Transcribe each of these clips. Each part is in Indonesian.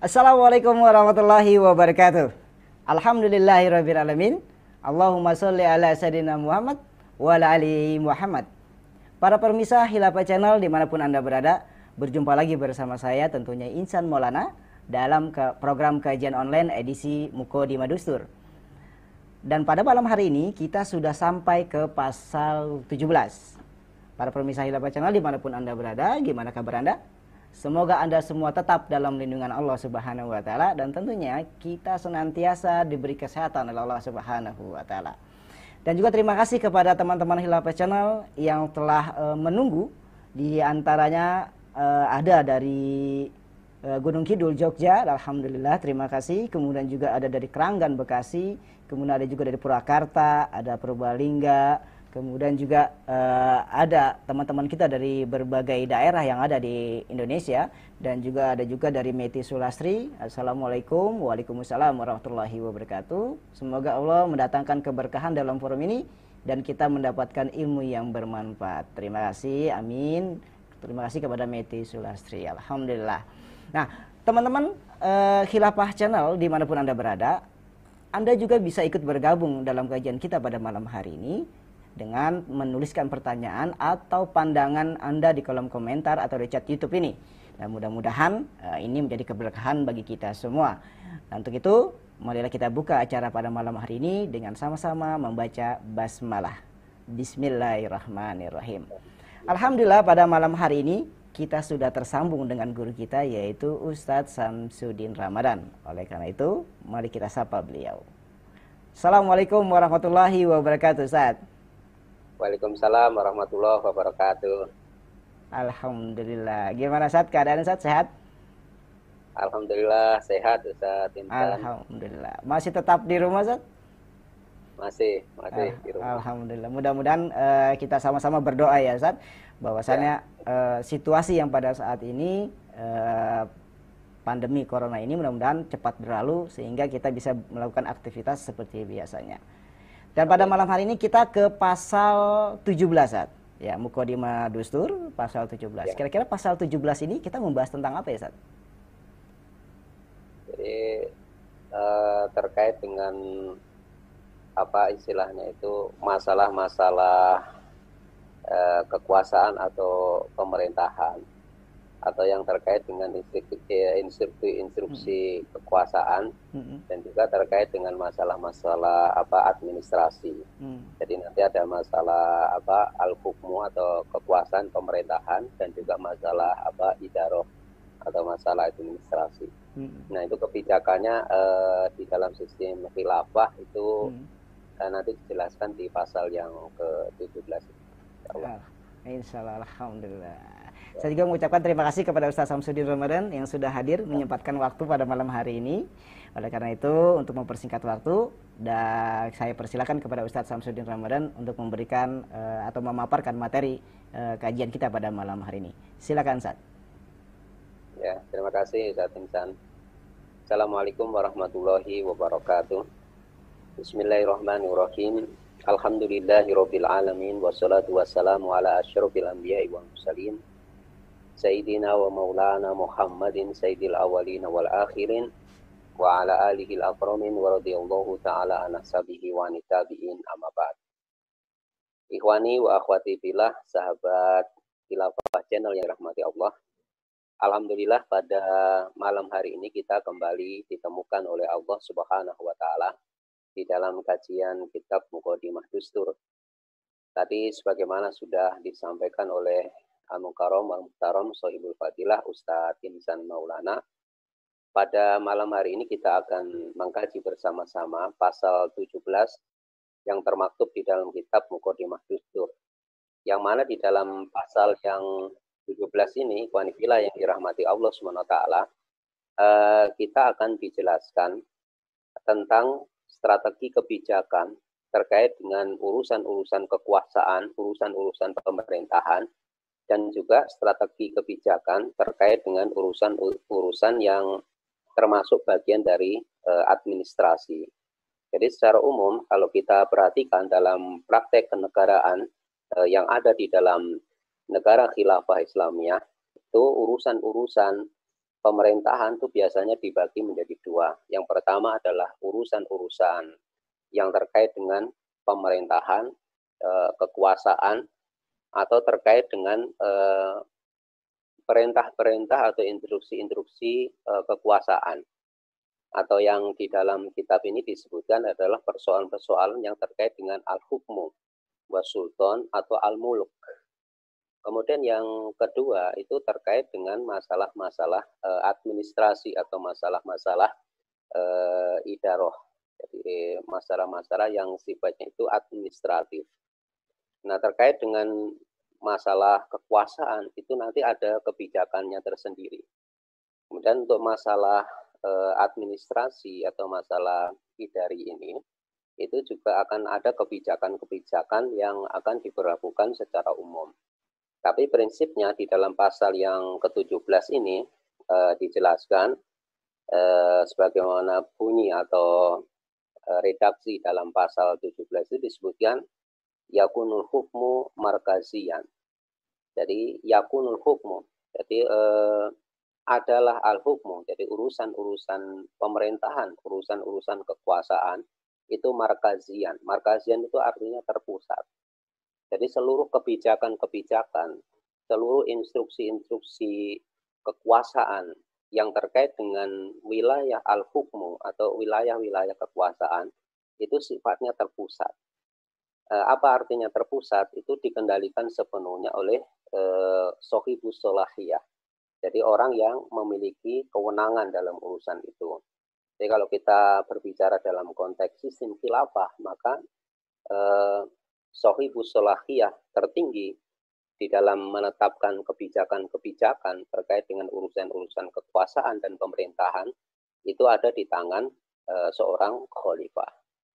Assalamualaikum warahmatullahi wabarakatuh. Alhamdulillahirrabbilalamin. Allahumma sholli ala sayyidina Muhammad wa ala ali Muhammad. Para pemirsa Khilafah Channel dimanapun Anda berada, berjumpa lagi bersama saya tentunya Insan Maulana dalam program kajian online edisi Muqaddimah Dustur. Dan pada malam hari ini kita sudah sampai ke pasal 17. Para pemirsa Khilafah Channel dimanapun Anda berada, gimana kabar Anda? Semoga Anda semua tetap dalam lindungan Allah Subhanahu wa taala dan tentunya kita senantiasa diberi kesehatan oleh Allah Subhanahu wa taala. Dan juga terima kasih kepada teman-teman Khilafah Channel yang telah menunggu, di antaranya ada dari Gunung Kidul Jogja, alhamdulillah terima kasih. Kemudian juga ada dari Keranggan Bekasi, kemudian ada juga dari Purwakarta, ada Purbalingga. Kemudian juga ada teman-teman kita dari berbagai daerah yang ada di Indonesia. Dan juga ada juga dari Meti Sulastri. Assalamualaikum, waalaikumsalam warahmatullahi wabarakatuh. Semoga Allah mendatangkan keberkahan dalam forum ini dan kita mendapatkan ilmu yang bermanfaat. Terima kasih, amin. Terima kasih kepada Meti Sulastri, alhamdulillah. Nah, teman-teman Khilafah Channel dimanapun Anda berada, Anda juga bisa ikut bergabung dalam kajian kita pada malam hari ini dengan menuliskan pertanyaan atau pandangan Anda di kolom komentar atau di chat YouTube ini. Dan mudah-mudahan ini menjadi keberkahan bagi kita semua. Dan untuk itu, marilah kita buka acara pada malam hari ini dengan sama-sama membaca basmalah. Bismillahirrahmanirrahim. Alhamdulillah pada malam hari ini kita sudah tersambung dengan guru kita yaitu Ustadz Samsudin Ramadan. Oleh karena itu, mari kita sapa beliau. Assalamualaikum warahmatullahi wabarakatuh, Ustadz. Waalaikumsalam warahmatullahi wabarakatuh. Alhamdulillah. Gimana Ustaz? Keadaan Ustaz sehat? Alhamdulillah sehat Ustaz. Alhamdulillah. Masih tetap di rumah Ustaz? Masih di rumah. Alhamdulillah. Mudah-mudahan kita sama-sama berdoa ya Ustaz, bahwasannya situasi yang pada saat ini pandemi corona ini mudah-mudahan cepat berlalu sehingga kita bisa melakukan aktivitas seperti biasanya. Dan pada malam hari ini kita ke pasal 17 Ustaz. Ya, Muqaddimah Dustur pasal 17. Ya. Kira-kira pasal 17 ini kita membahas tentang apa ya Ustaz? Jadi terkait dengan apa istilahnya itu masalah-masalah kekuasaan atau pemerintahan atau yang terkait dengan instruksi kekuasaan dan juga terkait dengan masalah-masalah administrasi. Jadi nanti ada masalah al-hukmu atau kekuasaan pemerintahan dan juga masalah idaroh atau masalah administrasi. Nah, itu kebijakannya di dalam sistem khilafah itu nanti dijelaskan di pasal yang ke-17. Insyaallah, alhamdulillah. Saya juga mengucapkan terima kasih kepada Ustaz Samsudin Ramadan yang sudah hadir menyempatkan waktu pada malam hari ini. Oleh karena itu, untuk mempersingkat waktu, dan saya persilakan kepada Ustaz Samsudin Ramadan untuk memberikan atau memaparkan materi kajian kita pada malam hari ini. Silakan Ustaz. Ya, terima kasih Ustaz Insan. Assalamualaikum warahmatullahi wabarakatuh. Bismillahirrahmanirrahim. Alhamdulillahirabbil alamin wassalatu wassalamu ala asyrofil anbiya'i wal mursalin. Sayyidina wa maulana Muhammadin sayyidil awalin wal akhirin wa ala alihi al-akramin wa radiyallahu ta'ala an ashabihi wa nitabi'in amma ba'd. Ikhwani wa akhwati fillah, sahabat Khilafah Channel yang rahmati Allah. Alhamdulillah pada malam hari ini kita kembali ditemukan oleh Allah Subhanahu wa taala di dalam kajian kitab Muqaddimah Dustur. Tadi sebagaimana sudah disampaikan oleh Al-Mukarram Al-Muhtaram Sohibul Fadilah Ustadz Insan Maulana, pada malam hari ini kita akan mengkaji bersama-sama pasal 17 yang termaktub di dalam kitab Muqaddimah Dustur, yang mana di dalam pasal yang 17 ini, wanifillah yang dirahmati Allah SWT, kita akan dijelaskan tentang strategi kebijakan terkait dengan urusan-urusan kekuasaan, urusan-urusan pemerintahan, dan juga strategi kebijakan terkait dengan urusan-urusan yang termasuk bagian dari administrasi. Jadi secara umum kalau kita perhatikan dalam praktek kenegaraan yang ada di dalam negara khilafah Islamiyah, itu urusan-urusan pemerintahan itu biasanya dibagi menjadi dua. Yang pertama adalah urusan-urusan yang terkait dengan pemerintahan, kekuasaan, atau terkait dengan perintah-perintah atau instruksi-instruksi kekuasaan. Atau yang di dalam kitab ini disebutkan adalah persoalan-persoalan yang terkait dengan al-hukmu, wasultan, atau al-muluk. Kemudian yang kedua itu terkait dengan masalah-masalah administrasi atau masalah-masalah idaroh. Jadi masalah-masalah yang sifatnya itu administratif. Nah, terkait dengan masalah kekuasaan itu nanti ada kebijakannya tersendiri. Kemudian untuk masalah administrasi atau masalah idari ini, itu juga akan ada kebijakan-kebijakan yang akan diberlakukan secara umum. Tapi prinsipnya di dalam pasal yang ke-17 ini dijelaskan sebagaimana bunyi atau redaksi dalam pasal 17 itu disebutkan yakunul hukmu markazian. Jadi yakunul hukmu, jadi adalah al-hukmu, jadi urusan-urusan pemerintahan, urusan-urusan kekuasaan itu markazian. Markazian itu artinya terpusat. Jadi seluruh kebijakan-kebijakan, seluruh instruksi-instruksi kekuasaan yang terkait dengan wilayah al-hukmu atau wilayah-wilayah kekuasaan itu sifatnya terpusat. Apa artinya terpusat? Itu dikendalikan sepenuhnya oleh sohibus solahiyah. Jadi orang yang memiliki kewenangan dalam urusan itu. Jadi kalau kita berbicara dalam konteks sistem khilafah, maka sohibus solahiyah tertinggi di dalam menetapkan kebijakan-kebijakan terkait dengan urusan-urusan kekuasaan dan pemerintahan itu ada di tangan seorang khalifah.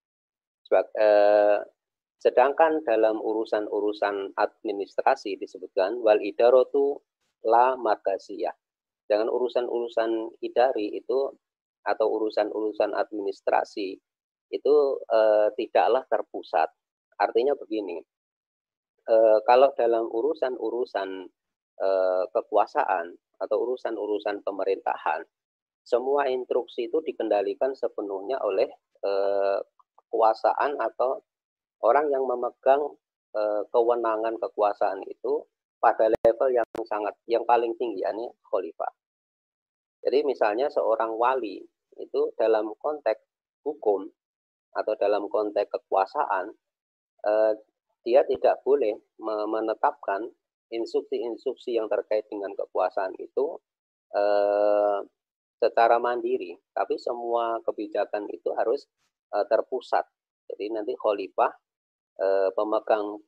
Sedangkan dalam urusan-urusan administrasi disebutkan wal idaratu la markaziyah. Dengan urusan-urusan idari itu atau urusan-urusan administrasi itu tidaklah terpusat. Artinya begini, kalau dalam urusan-urusan kekuasaan atau urusan-urusan pemerintahan, semua instruksi itu dikendalikan sepenuhnya oleh kekuasaan atau orang yang memegang kewenangan kekuasaan itu pada level yang paling tinggi, yakni khalifah. Jadi misalnya seorang wali itu dalam konteks hukum atau dalam konteks kekuasaan, dia tidak boleh menetapkan instruksi-instruksi yang terkait dengan kekuasaan itu secara mandiri, tapi semua kebijakan itu harus terpusat. Jadi nanti khalifah pemegang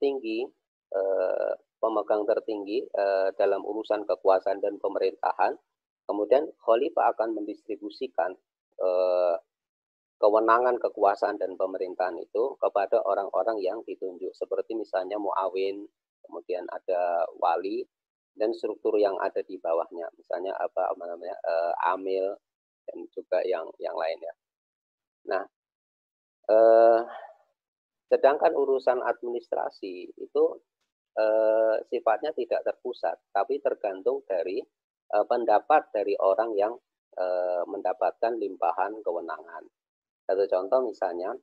tertinggi dalam urusan kekuasaan dan pemerintahan, kemudian khalifah akan mendistribusikan kewenangan kekuasaan dan pemerintahan itu kepada orang-orang yang ditunjuk, seperti misalnya muawin, kemudian ada wali, dan struktur yang ada di bawahnya, misalnya amil, dan juga yang lainnya. Nah, sedangkan urusan administrasi itu sifatnya tidak terpusat, tapi tergantung dari pendapat dari orang yang mendapatkan limpahan kewenangan. Satu contoh misalnya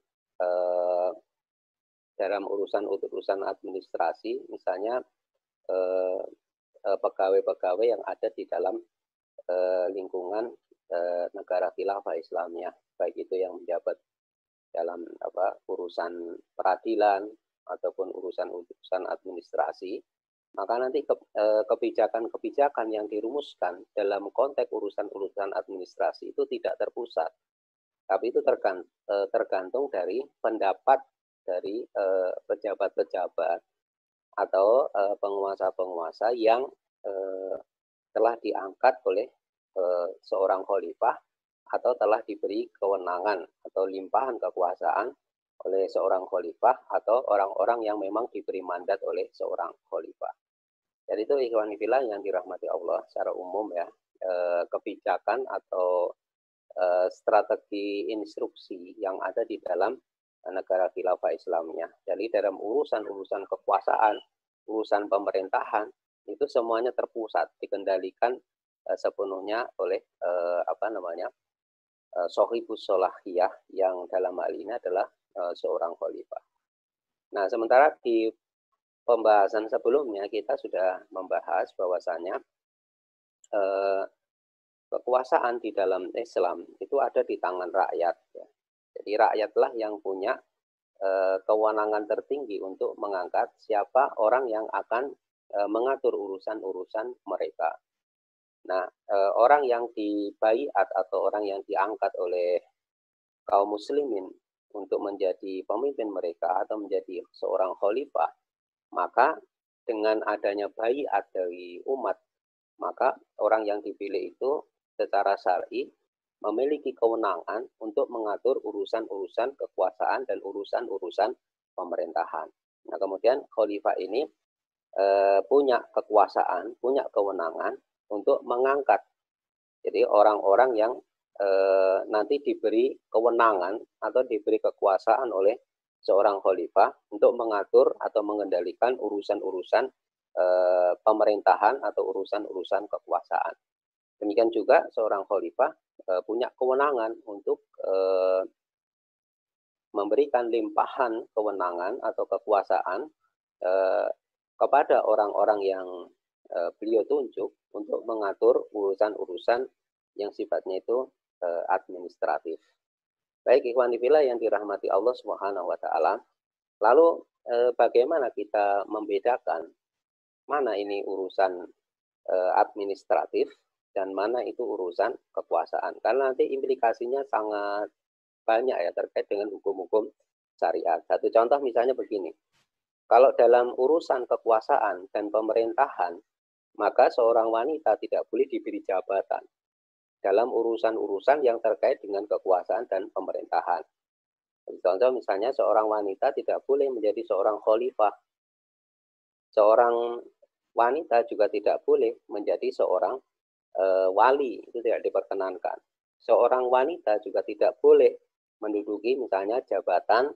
dalam urusan administrasi, misalnya pegawai-pegawai yang ada di dalam lingkungan negara khilafah Islamiyah, baik itu yang menjabat dalam urusan peradilan ataupun urusan administrasi, maka nanti kebijakan-kebijakan yang dirumuskan dalam konteks urusan administrasi itu tidak terpusat, tapi itu tergantung dari pendapat dari pejabat-pejabat atau penguasa-penguasa yang telah diangkat oleh seorang khalifah atau telah diberi kewenangan atau limpahan kekuasaan oleh seorang khalifah atau orang-orang yang memang diberi mandat oleh seorang khalifah. Jadi itu ikhwan fillah yang dirahmati Allah secara umum ya, kebijakan atau strategi instruksi yang ada di dalam negara khilafah Islamiyah. Jadi dalam urusan-urusan kekuasaan, urusan pemerintahan itu semuanya terpusat, dikendalikan sepenuhnya oleh Sohibus Solahiyah, yang dalam hal ini adalah seorang khalifah. Nah, sementara di pembahasan sebelumnya kita sudah membahas bahwasanya kekuasaan di dalam Islam itu ada di tangan rakyat. Ya. Jadi rakyatlah yang punya kewenangan tertinggi untuk mengangkat siapa orang yang akan mengatur urusan-urusan mereka. Nah, orang yang dibaiat atau orang yang diangkat oleh kaum muslimin untuk menjadi pemimpin mereka atau menjadi seorang khalifah, maka dengan adanya baiat dari umat, maka orang yang dipilih itu secara syar'i memiliki kewenangan untuk mengatur urusan-urusan kekuasaan dan urusan-urusan pemerintahan. Nah, kemudian khalifah ini punya kekuasaan, punya kewenangan untuk mengangkat. Jadi orang-orang yang nanti diberi kewenangan atau diberi kekuasaan oleh seorang khalifah untuk mengatur atau mengendalikan urusan-urusan pemerintahan atau urusan-urusan kekuasaan. Demikian juga seorang khalifah punya kewenangan untuk memberikan limpahan kewenangan atau kekuasaan kepada orang-orang yang beliau tunjuk untuk mengatur urusan-urusan yang sifatnya itu administratif. Baik ikhwan fillah yang dirahmati Allah Subhanahu wa taala. Lalu bagaimana kita membedakan mana ini urusan administratif dan mana itu urusan kekuasaan? Karena nanti implikasinya sangat banyak ya terkait dengan hukum-hukum syariat. Satu contoh misalnya begini. Kalau dalam urusan kekuasaan dan pemerintahan, maka seorang wanita tidak boleh diberi jabatan dalam urusan-urusan yang terkait dengan kekuasaan dan pemerintahan. Contoh misalnya seorang wanita tidak boleh menjadi seorang khalifah. Seorang wanita juga tidak boleh menjadi seorang wali, itu tidak diperkenankan. Seorang wanita juga tidak boleh menduduki misalnya jabatan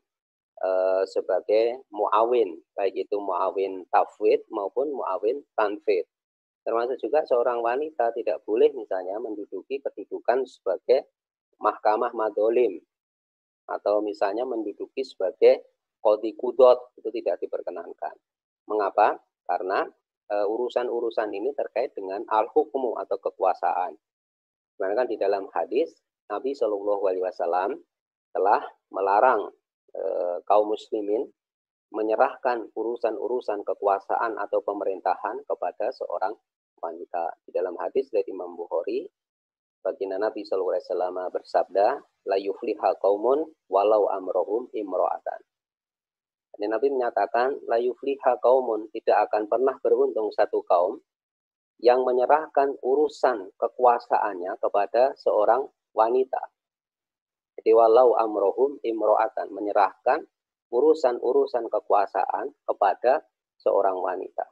sebagai muawin, baik itu muawin tafwid maupun muawin tanfid. Termasuk juga seorang wanita tidak boleh misalnya menduduki kedudukan sebagai mahkamah madzolim atau misalnya menduduki sebagai qadhi qudot, itu tidak diperkenankan. Mengapa? Karena urusan-urusan ini terkait dengan al-hukmu atau kekuasaan. Sebenarnya di dalam hadis Nabi Shallallahu Alaihi Wasallam telah melarang kaum muslimin menyerahkan urusan-urusan kekuasaan atau pemerintahan kepada seorang wanita. Di dalam hadis dari Imam Bukhari, baginda Nabi Shallallahu Alaihi Wasallam bersabda, la yufliha qaumun walau amrohum imro'atan. Dan Nabi menyatakan, la yufliha qaumun, tidak akan pernah beruntung satu kaum yang menyerahkan urusan kekuasaannya kepada seorang wanita. Jadi walau amrohum imro'atan, menyerahkan urusan-urusan kekuasaan kepada seorang wanita.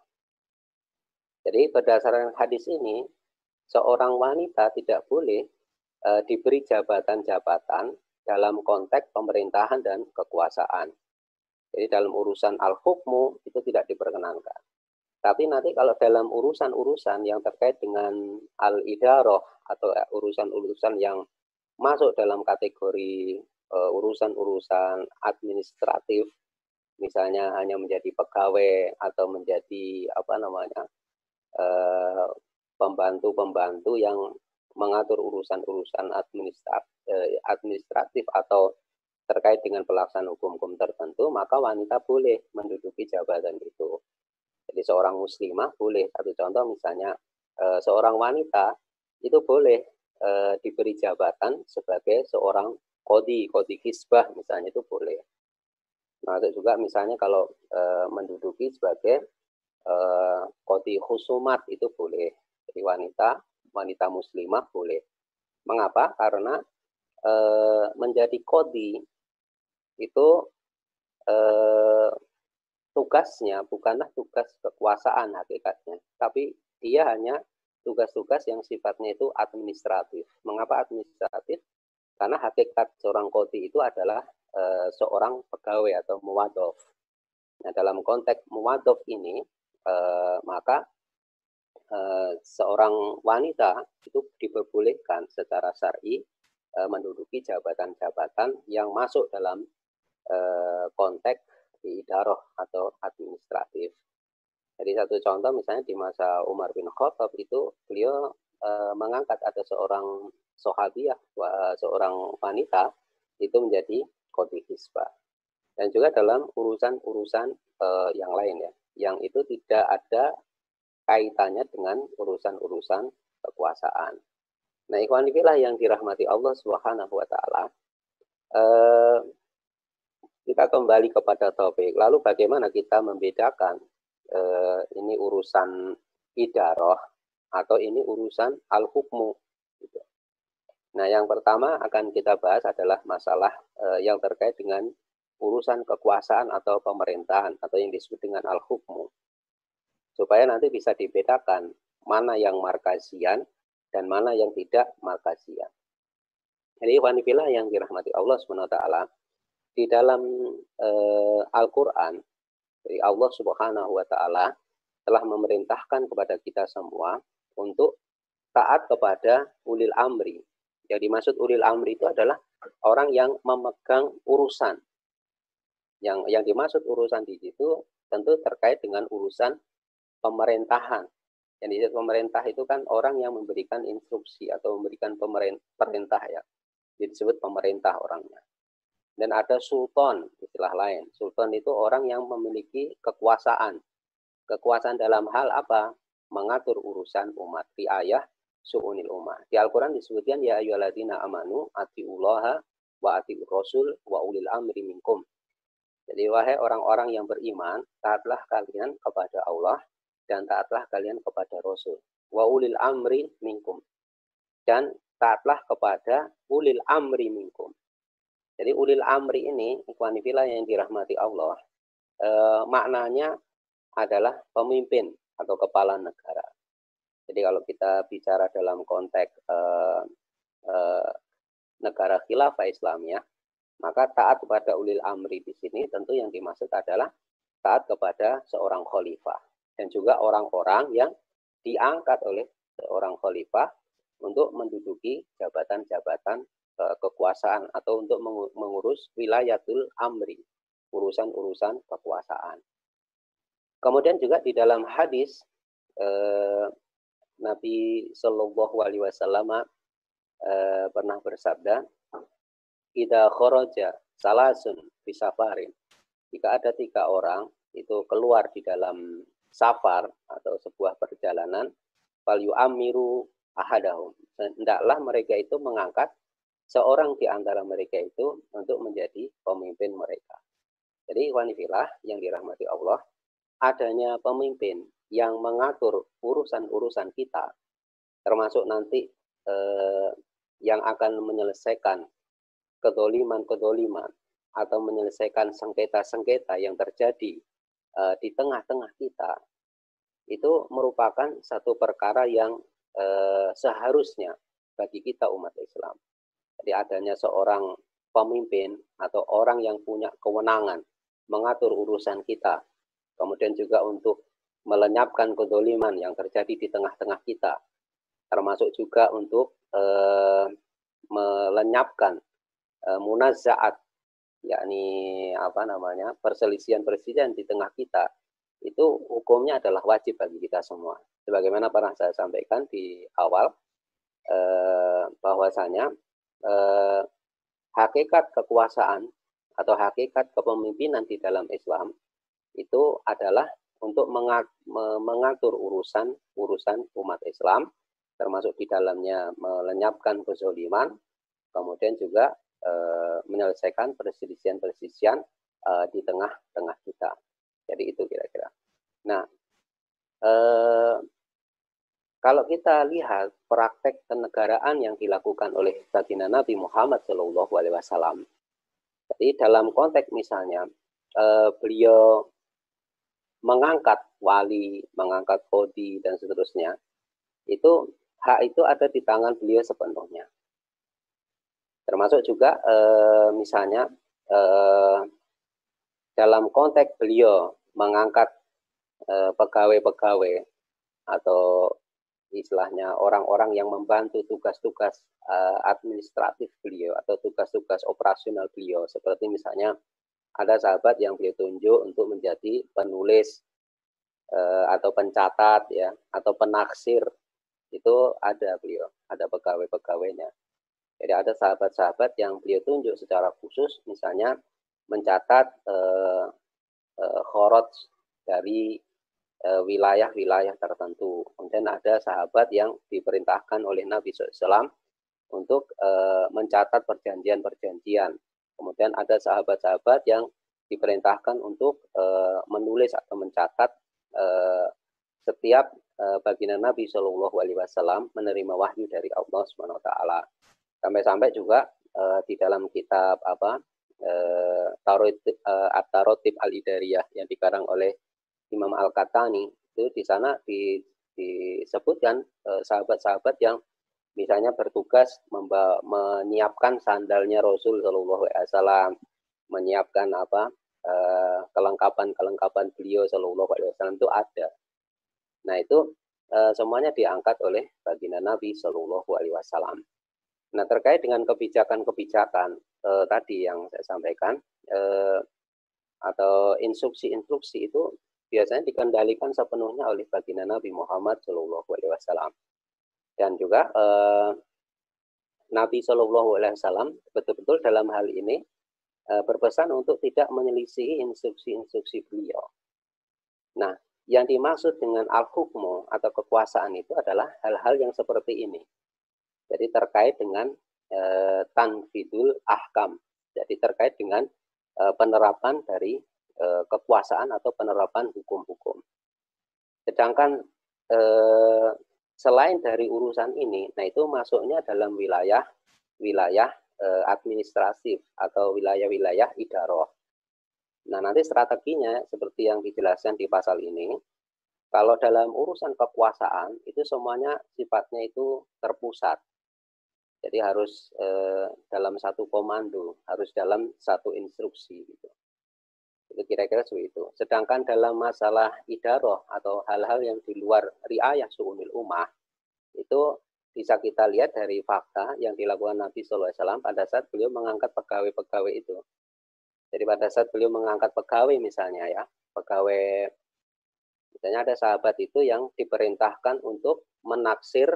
Jadi berdasarkan hadis ini, seorang wanita tidak boleh diberi jabatan-jabatan dalam konteks pemerintahan dan kekuasaan. Jadi dalam urusan al-hukmu itu tidak diperkenankan. Tapi nanti kalau dalam urusan-urusan yang terkait dengan al-idaroh atau urusan-urusan yang masuk dalam kategori urusan-urusan administratif, misalnya hanya menjadi pegawai atau menjadi pembantu-pembantu yang mengatur urusan-urusan administratif atau terkait dengan pelaksanaan hukum-hukum tertentu, maka wanita boleh menduduki jabatan itu. Jadi seorang muslimah boleh, satu contoh misalnya seorang wanita itu boleh diberi jabatan sebagai seorang qadhi hisbah misalnya, itu boleh. Nah, itu juga misalnya kalau menduduki sebagai qadhi khusumat itu boleh. Jadi wanita muslimah boleh. Mengapa? Karena menjadi qadhi itu tugasnya bukanlah tugas kekuasaan hakikatnya, tapi dia hanya tugas-tugas yang sifatnya itu administratif. Mengapa administratif? Karena hakikat seorang qadhi itu adalah seorang pegawai atau muwadhof. Nah, dalam konteks muwadhof ini maka seorang wanita itu diperbolehkan secara syar'i menduduki jabatan-jabatan yang masuk dalam konteks idaroh atau administratif. Jadi satu contoh misalnya di masa Umar bin Khattab itu beliau mengangkat ada seorang sahabiyah, seorang wanita itu menjadi qadhi hisbah. Dan juga dalam urusan-urusan yang lain ya, yang itu tidak ada kaitannya dengan urusan-urusan kekuasaan. Nah, ikhwan fillah yang dirahmati Allah Subhanahu wa taala, kita kembali kepada topik. Lalu bagaimana kita membedakan ini urusan idaroh atau ini urusan al-hukmu gitu. Nah, yang pertama akan kita bahas adalah masalah yang terkait dengan urusan kekuasaan atau pemerintahan atau yang disebut dengan al-hukmu. Supaya nanti bisa dibedakan mana yang markazian dan mana yang tidak markazian. Jadi wanifillah yang dirahmati Allah SWT, di dalam Al-Quran, jadi Allah Subhanahu wa Ta'ala telah memerintahkan kepada kita semua untuk taat kepada ulil amri. Yang dimaksud ulil amri itu adalah orang yang memegang urusan. Yang dimaksud urusan di situ tentu terkait dengan urusan pemerintahan. Yang disebut pemerintah itu kan orang yang memberikan instruksi atau memberikan perintah ya. Disebut pemerintah orangnya. Dan ada sultan, istilah lain. Sultan itu orang yang memiliki kekuasaan. Kekuasaan dalam hal apa? Mengatur urusan umat. Riayah su'unil umat. Di Al-Quran disebutkan, ya ayyuhalladzina amanu atiullaha wa atiur rasul wa ulil amri minkum. Jadi wahai orang-orang yang beriman, taatlah kalian kepada Allah dan taatlah kalian kepada Rasul. Wa ulil amri minkum. Dan taatlah kepada ulil amri minkum. Jadi ulil amri ini, ikhwan fillah yang dirahmati Allah, maknanya adalah pemimpin atau kepala negara. Jadi kalau kita bicara dalam konteks negara khilafah Islamiyah, maka taat kepada ulil amri di sini tentu yang dimaksud adalah taat kepada seorang khalifah. Dan juga orang-orang yang diangkat oleh seorang khalifah untuk menduduki jabatan-jabatan kekuasaan atau untuk mengurus wilayatul amri, urusan-urusan kekuasaan. Kemudian juga di dalam hadis Nabi Shallallahu Alaihi Wasallam pernah bersabda, "Idza kharaja salasun fi safarin." Jika ada 3 orang itu keluar di dalam safar atau sebuah perjalanan, fal yu'amiru ahadahum. Hendaklah mereka itu mengangkat seorang di antara mereka itu untuk menjadi pemimpin mereka. Jadi wanifillah yang dirahmati Allah, adanya pemimpin yang mengatur urusan-urusan kita, termasuk nanti yang akan menyelesaikan kedoliman-kedoliman atau menyelesaikan sengketa-sengketa yang terjadi di tengah-tengah kita, itu merupakan satu perkara yang seharusnya bagi kita umat Islam. Jadi adanya seorang pemimpin atau orang yang punya kewenangan mengatur urusan kita, kemudian juga untuk melenyapkan kedoliman yang terjadi di tengah-tengah kita, termasuk juga untuk melenyapkan munazaat, yakni perselisihan-perselisihan di tengah kita, itu hukumnya adalah wajib bagi kita semua. Sebagaimana pernah saya sampaikan di awal, bahwasanya hakikat kekuasaan atau hakikat kepemimpinan di dalam Islam itu adalah untuk mengatur urusan umat Islam, termasuk di dalamnya melenyapkan kezaliman, kemudian juga menyelesaikan perselisihan-perselisihan di tengah-tengah kita. Jadi itu kira-kira. Nah, kalau kita lihat praktek kenegaraan yang dilakukan oleh baginda Nabi Muhammad SAW, jadi dalam konteks misalnya beliau mengangkat wali, mengangkat qadhi dan seterusnya, itu hak itu ada di tangan beliau sepenuhnya. Termasuk juga misalnya dalam konteks beliau mengangkat pegawai-pegawai atau istilahnya orang-orang yang membantu tugas-tugas administratif beliau atau tugas-tugas operasional beliau. Seperti misalnya ada sahabat yang beliau tunjuk untuk menjadi penulis atau pencatat ya, atau penaksir. Itu ada beliau, ada pegawai-pegawainya. Jadi ada sahabat-sahabat yang beliau tunjuk secara khusus, misalnya mencatat khoroj dari wilayah-wilayah tertentu. Kemudian ada sahabat yang diperintahkan oleh Nabi SAW untuk mencatat perjanjian-perjanjian. Kemudian ada sahabat-sahabat yang diperintahkan untuk menulis atau mencatat setiap baginda Nabi SAW menerima wahyu dari Allah SWT. Sampai-sampai juga di dalam kitab At-Tarotib Al-Idariyah yang dikarang oleh Imam Al-Qahtani, itu di sana disebutkan sahabat-sahabat yang misalnya bertugas menyiapkan sandalnya Rasul Shallallahu Alaihi Wasallam, menyiapkan kelengkapan beliau Shallallahu Alaihi Wasallam itu ada. Nah itu semuanya diangkat oleh baginda Nabi Shallallahu Alaihi Wasallam. Nah terkait dengan kebijakan-kebijakan tadi yang saya sampaikan atau instruksi-instruksi itu biasanya dikendalikan sepenuhnya oleh baginda Nabi Muhammad Shallallahu Alaihi Wasallam. Dan juga Nabi Shallallahu Alaihi Wasallam betul-betul dalam hal ini berpesan untuk tidak menyelisihi instruksi-instruksi beliau. Nah, yang dimaksud dengan al-hukmu atau kekuasaan itu adalah hal-hal yang seperti ini. Jadi terkait dengan tanfidul ahkam. Jadi terkait dengan penerapan dari kekuasaan atau penerapan hukum-hukum. Sedangkan selain dari urusan ini, nah itu masuknya dalam wilayah administratif atau wilayah-wilayah idaroh. Nah nanti strateginya seperti yang dijelaskan di pasal ini, kalau dalam urusan kekuasaan itu semuanya sifatnya itu terpusat. Jadi harus dalam satu komando, harus dalam satu instruksi gitu. Itu kira-kira seperti itu. Sedangkan dalam masalah idaroh atau hal-hal yang di luar riayah su'unil ummah, itu bisa kita lihat dari fakta yang dilakukan Nabi SAW pada saat beliau mengangkat pegawai-pegawai itu. Jadi pada saat beliau mengangkat pegawai misalnya ya, pegawai, misalnya ada sahabat itu yang diperintahkan untuk menaksir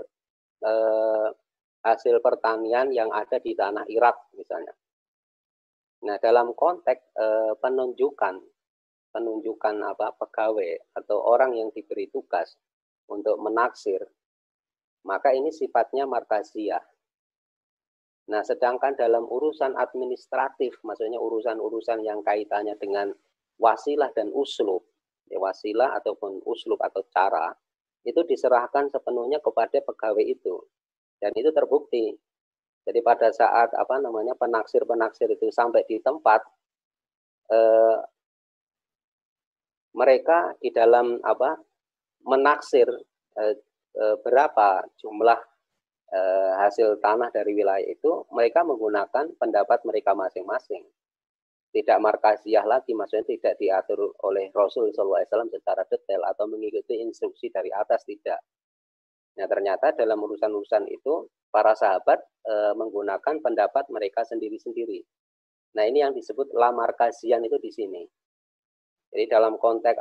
hasil pertanian yang ada di tanah Irak misalnya. Nah, dalam konteks penunjukan pegawai atau orang yang diberi tugas untuk menaksir, maka ini sifatnya markaziyah. Nah, sedangkan dalam urusan administratif, maksudnya urusan-urusan yang kaitannya dengan wasilah dan uslub, ya, wasilah ataupun uslub atau cara, itu diserahkan sepenuhnya kepada pegawai itu. Dan itu terbukti. Jadi pada saat penaksir-penaksir itu sampai di tempat, mereka di dalam menaksir berapa jumlah hasil tanah dari wilayah itu, mereka menggunakan pendapat mereka masing-masing. Tidak markaziyah lagi, maksudnya tidak diatur oleh Rasul SAW secara detail atau mengikuti instruksi dari atas, tidak. Nah ternyata dalam urusan-urusan itu para sahabat menggunakan pendapat mereka sendiri-sendiri. Nah ini yang disebut la markazian itu di sini. Jadi dalam konteks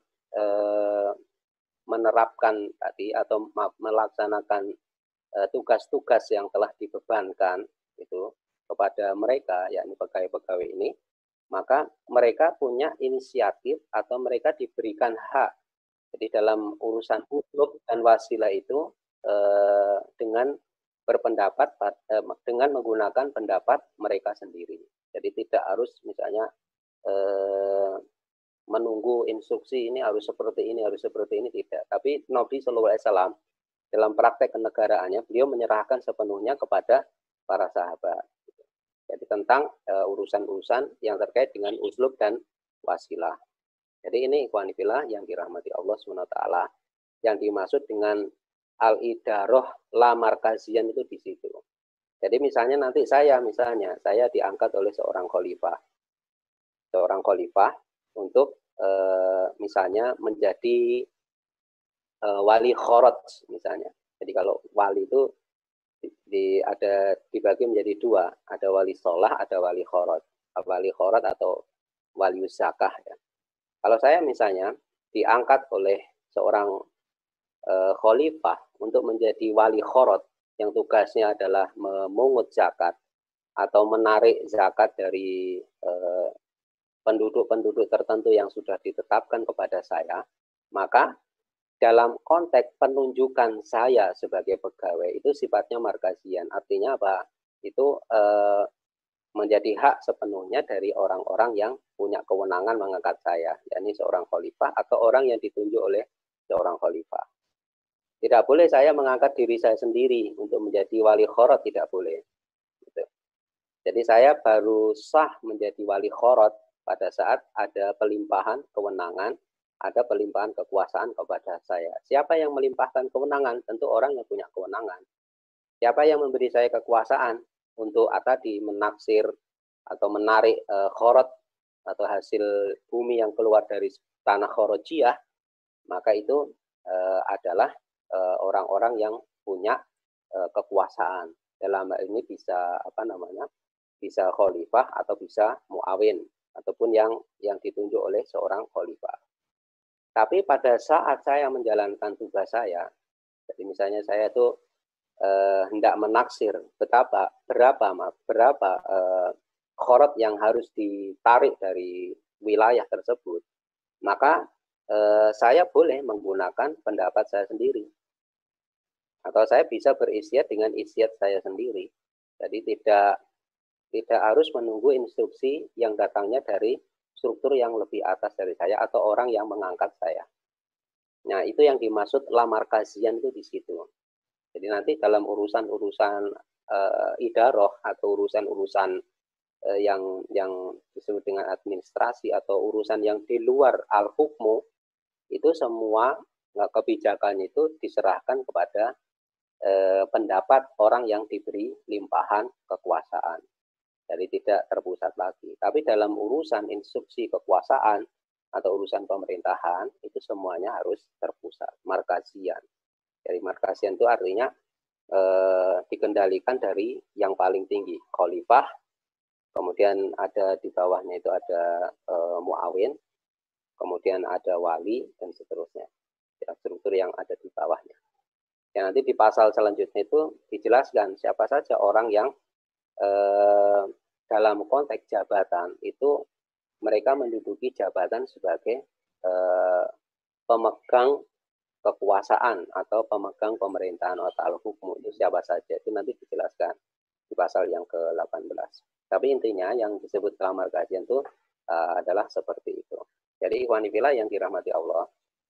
menerapkan tadi atau melaksanakan tugas-tugas yang telah dibebankan itu kepada mereka, yakni pegawai-pegawai ini, maka mereka punya inisiatif atau mereka diberikan hak. Jadi dalam urusan uslub dan wasilah itu dengan berpendapat dengan menggunakan pendapat mereka sendiri. Jadi tidak harus misalnya menunggu instruksi ini harus seperti ini, tidak. Tapi Nabi SAW dalam praktek kenegaraannya beliau menyerahkan sepenuhnya kepada para sahabat. Jadi tentang urusan-urusan yang terkait dengan uslub dan wasilah. Jadi ini ikhwanifillah yang dirahmati Allah SWT. Yang dimaksud dengan al-idaroh la markazian itu di situ. Jadi misalnya nanti saya diangkat oleh seorang khalifah. Untuk misalnya menjadi wali khoroj misalnya. Jadi kalau wali itu ada dibagi menjadi dua, ada wali sholah, ada wali khorot. Wali khorot atau wali zakah ya. Kalau saya misalnya diangkat oleh seorang khalifah untuk menjadi wali khorot yang tugasnya adalah memungut zakat atau menarik zakat dari penduduk-penduduk tertentu yang sudah ditetapkan kepada saya, maka dalam konteks penunjukan saya sebagai pegawai itu sifatnya markazian. Artinya apa? Itu menjadi hak sepenuhnya dari orang-orang yang punya kewenangan mengangkat saya, yakni seorang khalifah atau orang yang ditunjuk oleh seorang khalifah. Tidak boleh saya mengangkat diri saya sendiri untuk menjadi wali khorot, tidak boleh. Gitu. Jadi saya baru sah menjadi wali khorot pada saat ada pelimpahan kewenangan, ada pelimpahan kekuasaan kepada saya. Siapa yang melimpahkan kewenangan? Tentu orang yang punya kewenangan. Siapa yang memberi saya kekuasaan untuk tadi menaksir atau menarik khorot atau hasil bumi yang keluar dari tanah khorojiyah, maka itu adalah orang-orang yang punya kekuasaan. Dalam hal ini bisa bisa khalifah atau bisa muawin ataupun yang ditunjuk oleh seorang khalifah. Tapi pada saat saya menjalankan tugas saya, jadi misalnya saya itu hendak menaksir berapa khorot yang harus ditarik dari wilayah tersebut, maka saya boleh menggunakan pendapat saya sendiri. Atau saya bisa beristiad dengan istiad saya sendiri. Jadi tidak harus menunggu instruksi yang datangnya dari struktur yang lebih atas dari saya atau orang yang mengangkat saya. Nah, itu yang dimaksud lamarkazian itu di situ. Jadi nanti dalam urusan-urusan idaroh atau urusan-urusan yang disebut dengan administrasi atau urusan yang di luar al-hukmu, itu semua kebijakannya itu diserahkan kepada pendapat orang yang diberi limpahan kekuasaan. Jadi tidak terpusat lagi. Tapi dalam urusan instruksi kekuasaan atau urusan pemerintahan, itu semuanya harus terpusat, markazian. Jadi markazian itu artinya dikendalikan dari yang paling tinggi, khalifah, kemudian ada di bawahnya itu ada muawin, kemudian ada wali, dan seterusnya. Ya, struktur yang ada di bawahnya. Ya, nanti di pasal selanjutnya itu dijelaskan siapa saja orang yang dalam konteks jabatan itu mereka menduduki jabatan sebagai pemegang kekuasaan atau pemegang pemerintahan atau hukum, itu siapa saja, itu nanti dijelaskan di pasal yang ke-18. Tapi intinya yang disebut lamarkazian itu adalah seperti itu. Jadi ikhwan fillah yang dirahmati Allah,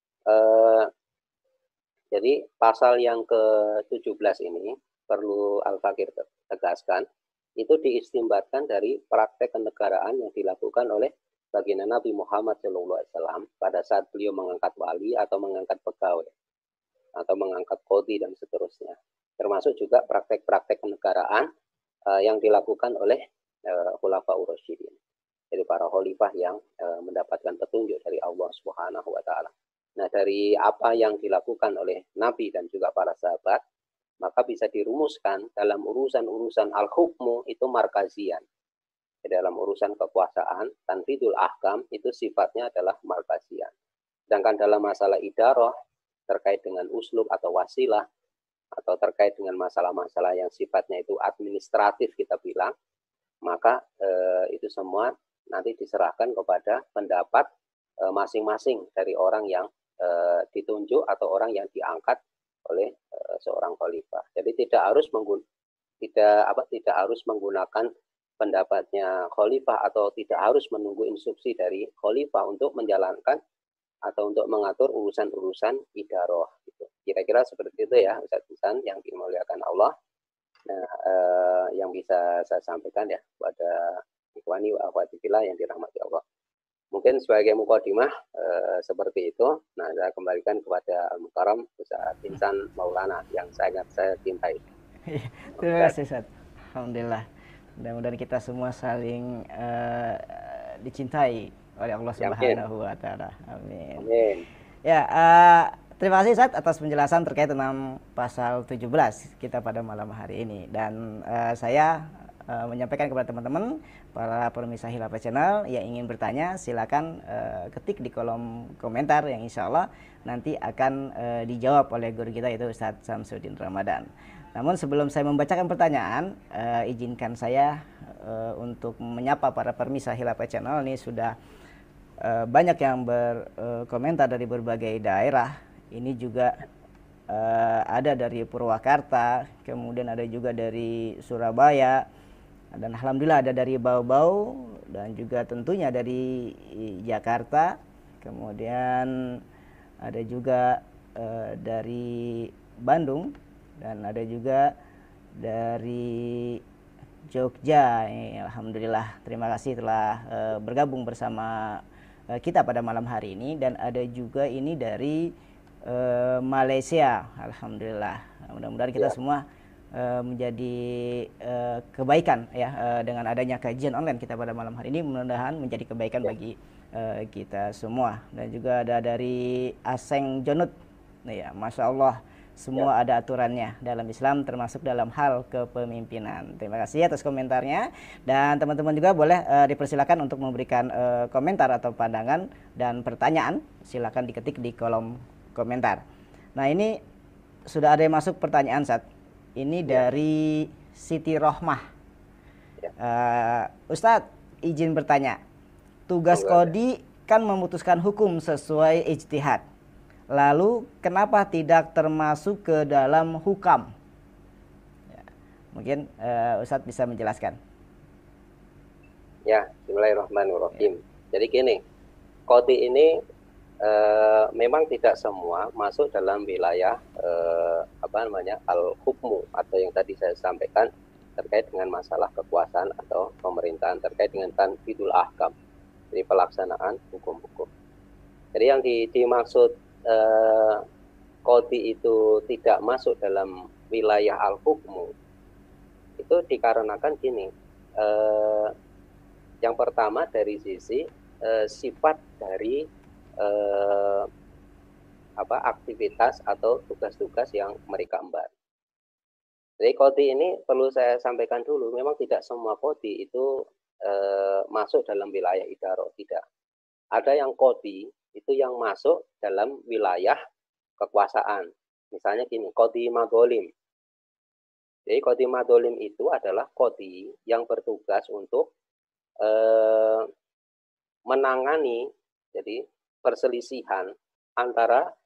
jadi pasal yang ke-17 ini perlu Al-Fakir tegaskan, itu diistimbatkan dari praktek kenegaraan yang dilakukan oleh baginda Nabi Muhammad SAW pada saat beliau mengangkat wali atau mengangkat pegawai atau mengangkat qadhi dan seterusnya. Termasuk juga praktek-praktek kenegaraan yang dilakukan oleh Khulafaur Rasyidin. Jadi para khalifah yang mendapatkan petunjuk dari Allah Subhanahu wa taala. Nah, dari apa yang dilakukan oleh Nabi dan juga para sahabat, maka bisa dirumuskan dalam urusan-urusan al-hukmu itu markazian. Dalam urusan kekuasaan, tanfidul ahkam itu sifatnya adalah markazian. Sedangkan dalam masalah idaroh, terkait dengan uslub atau wasilah, atau terkait dengan masalah-masalah yang sifatnya itu administratif kita bilang, maka itu semua nanti diserahkan kepada pendapat masing-masing dari orang yang ditunjuk atau orang yang diangkat oleh seorang khalifah. Jadi tidak harus menggunakan pendapatnya khalifah atau tidak harus menunggu instruksi dari khalifah untuk menjalankan atau untuk mengatur urusan-urusan idaroh. Gitu. Kira-kira seperti itu ya Ustaz Ihsan yang dimuliakan Allah. Nah, yang bisa saya sampaikan ya kepada ikhwani wa akhwati fillah yang dirahmati Allah. Mungkin sebagai mukadimah seperti itu. Nah, saya kembalikan kepada Al-Mukarram Ustaz Ihsan Maulana yang sangat saya cintai. Terima kasih Ustaz. Alhamdulillah. Mudah-mudahan kita semua saling dicintai oleh Allah Subhanahu wa taala. Amin. Amin. Ya, Terima kasih Ustaz atas penjelasan terkait dengan pasal 17 kita pada malam hari ini. Dan saya menyampaikan kepada teman-teman para pemirsa Khilafah Channel yang ingin bertanya, silakan ketik di kolom komentar yang insya Allah nanti akan dijawab oleh guru kita yaitu Ustadz Samsudin Ramadan. Namun sebelum saya membacakan pertanyaan, izinkan saya untuk menyapa para pemirsa Khilafah Channel. Ini sudah banyak yang berkomentar dari berbagai daerah. Ini juga ada dari Purwakarta, kemudian ada juga dari Surabaya, dan alhamdulillah ada dari Bau-Bau, dan juga tentunya dari Jakarta. Kemudian ada juga dari Bandung, dan ada juga dari Jogja. Alhamdulillah, terima kasih telah bergabung bersama kita pada malam hari ini. Dan ada juga ini dari Malaysia. Alhamdulillah, mudah-mudahan kita semua menjadi kebaikan ya dengan adanya kajian online kita pada malam hari ini. Mudah-mudahan menjadi kebaikan bagi kita semua. Dan juga ada dari Aseng Jonut. Nah, ya, Masya Allah, semua ada aturannya dalam Islam, termasuk dalam hal kepemimpinan. Terima kasih atas komentarnya. Dan teman-teman juga boleh dipersilakan untuk memberikan komentar atau pandangan dan pertanyaan. Silakan diketik di kolom komentar. Nah, ini sudah ada yang masuk pertanyaan Ustaz. Ini dari Siti Rohmah. Ustadz, izin bertanya. Tugas Qadhi kan memutuskan hukum sesuai ijtihad. Lalu kenapa tidak termasuk ke dalam hukam? Ya, mungkin Ustadz bisa menjelaskan. Ya, bismillahirrahmanirrahim. Jadi gini, Qadhi ini memang tidak semua masuk dalam wilayah al-hukmu, atau yang tadi saya sampaikan terkait dengan masalah kekuasaan atau pemerintahan, terkait dengan tanfidul ahkam, jadi pelaksanaan hukum-hukum. Jadi yang dimaksud Qadhi itu tidak masuk dalam wilayah al-hukmu itu dikarenakan gini, yang pertama dari sisi sifat dari aktivitas atau tugas-tugas yang mereka emban. Jadi Qadhi ini perlu saya sampaikan dulu, memang tidak semua Qadhi itu masuk dalam wilayah idarah, tidak. Ada yang Qadhi itu yang masuk dalam wilayah kekuasaan. Misalnya gini, Qadhi madzolim. Jadi Qadhi madzolim itu adalah Qadhi yang bertugas untuk menangani jadi perselisihan antara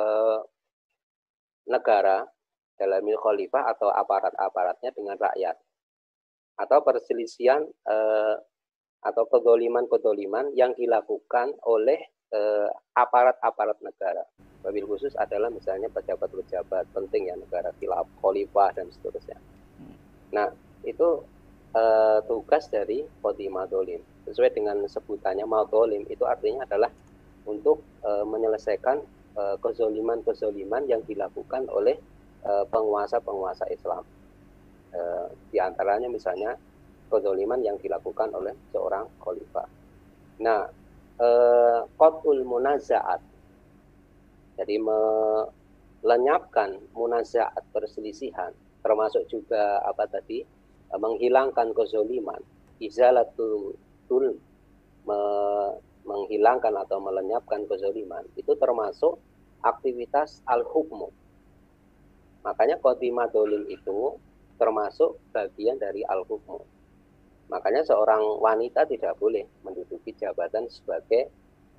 negara dalam khalifah atau aparat-aparatnya dengan rakyat, atau perselisihan atau kedoliman yang dilakukan oleh aparat-aparat negara. Wabil khusus adalah misalnya pejabat-pejabat penting ya negara, khalifah dan seterusnya. Nah, itu tugas dari Qadhi madzolim. Sesuai dengan sebutannya, madzolim itu artinya adalah untuk menyelesaikan kezoliman-kezoliman yang dilakukan oleh penguasa-penguasa Islam. Di antaranya misalnya kezoliman yang dilakukan oleh seorang khalifah. Nah, qat'ul munazaat, jadi melenyapkan munazaat perselisihan, termasuk juga menghilangkan kezoliman, izalatul zulm, menghilangkan atau melenyapkan kezoliman, itu termasuk aktivitas al-hukmu. Makanya Qadhi madzolim itu termasuk bagian dari al-hukmu. Makanya seorang wanita tidak boleh menduduki jabatan sebagai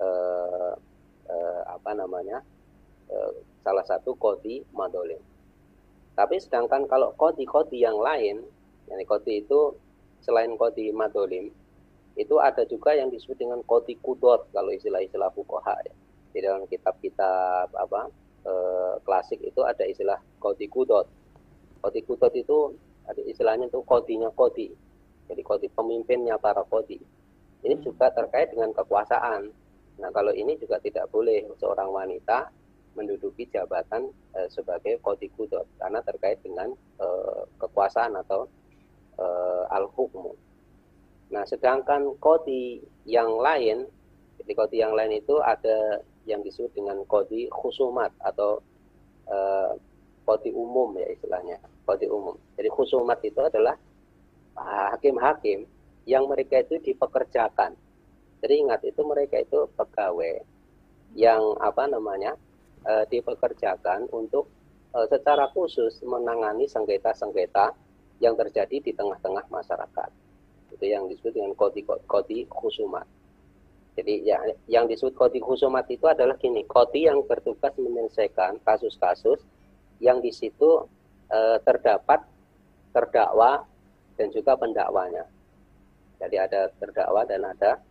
salah satu Qadhi madzolim. Tapi sedangkan kalau Qadhi yang lain, yani Qadhi itu selain Qadhi madzolim, itu ada juga yang disebut dengan Qadhi qudot kalau istilah-istilah fuqaha ya. Di dalam kitab-kitab klasik itu ada istilah Qadhi qudot. Qadhi qudot itu ada istilahnya itu Qadhinya Qadhi. Jadi Qadhi pemimpinnya para Qadhi. Ini juga terkait dengan kekuasaan. Nah, kalau ini juga tidak boleh seorang wanita menduduki jabatan sebagai Qadhi qudot karena terkait dengan kekuasaan atau al-hukmu. Nah, sedangkan Qadhi yang lain, jadi Qadhi yang lain itu ada yang disebut dengan qadhi khusumat atau qadhi umum ya istilahnya, qadhi umum. Jadi khusumat itu adalah hakim-hakim yang mereka itu dipekerjakan. Jadi ingat, itu mereka itu pegawai yang dipekerjakan untuk secara khusus menangani sengketa-sengketa yang terjadi di tengah-tengah masyarakat. Itu yang disebut dengan qadhi khusumat. Jadi ya, yang disebut qadhi khusumat itu adalah gini, qadhi yang bertugas menyelesaikan kasus-kasus yang di situ terdapat terdakwa dan juga pendakwanya. Jadi ada terdakwa dan ada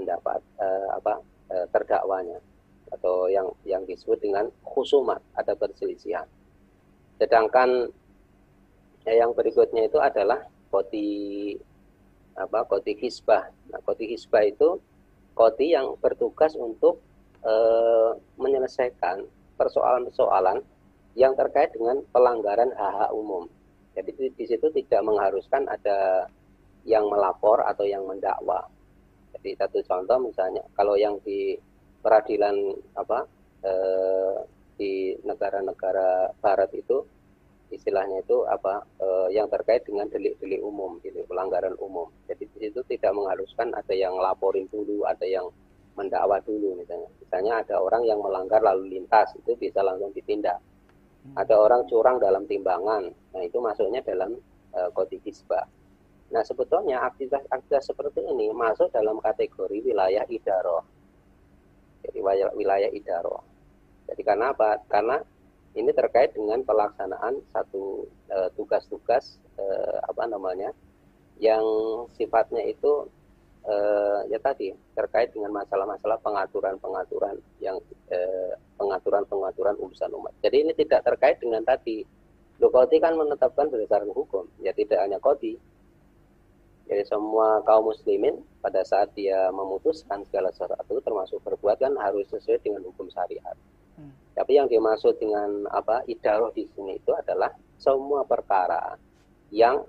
terdakwanya, atau yang disebut dengan khusumat, ada perselisihan. Sedangkan yang berikutnya itu adalah qadhi hisbah. Nah, qadhi hisbah itu qadhi yang bertugas untuk menyelesaikan persoalan-persoalan yang terkait dengan pelanggaran hak-hak umum. Jadi di situ tidak mengharuskan ada yang melapor atau yang mendakwa. Jadi satu contoh misalnya, kalau yang di peradilan di negara-negara barat itu istilahnya itu yang terkait dengan delik-delik umum, gitu, pelanggaran umum. Jadi di situ tidak mengharuskan ada yang laporin dulu, ada yang mendakwa dulu misalnya. Misalnya ada orang yang melanggar lalu lintas, itu bisa langsung ditindak. Ada orang curang dalam timbangan, nah itu masuknya dalam qadhi hisbah. Nah sebetulnya aktivitas seperti ini masuk dalam kategori wilayah idaroh. Jadi wilayah idaroh. Jadi karena apa? Karena ini terkait dengan pelaksanaan satu tugas-tugas yang sifatnya itu ya tadi terkait dengan masalah-masalah pengaturan yang pengaturan urusan umat. Jadi ini tidak terkait dengan tadi. Qadhi kan menetapkan berdasarkan hukum, ya tidak hanya qadhi. Jadi semua kaum muslimin pada saat dia memutuskan segala sesuatu termasuk berbuat kan harus sesuai dengan hukum syariat. Tapi yang dimaksud dengan idaroh di sini itu adalah semua perkara yang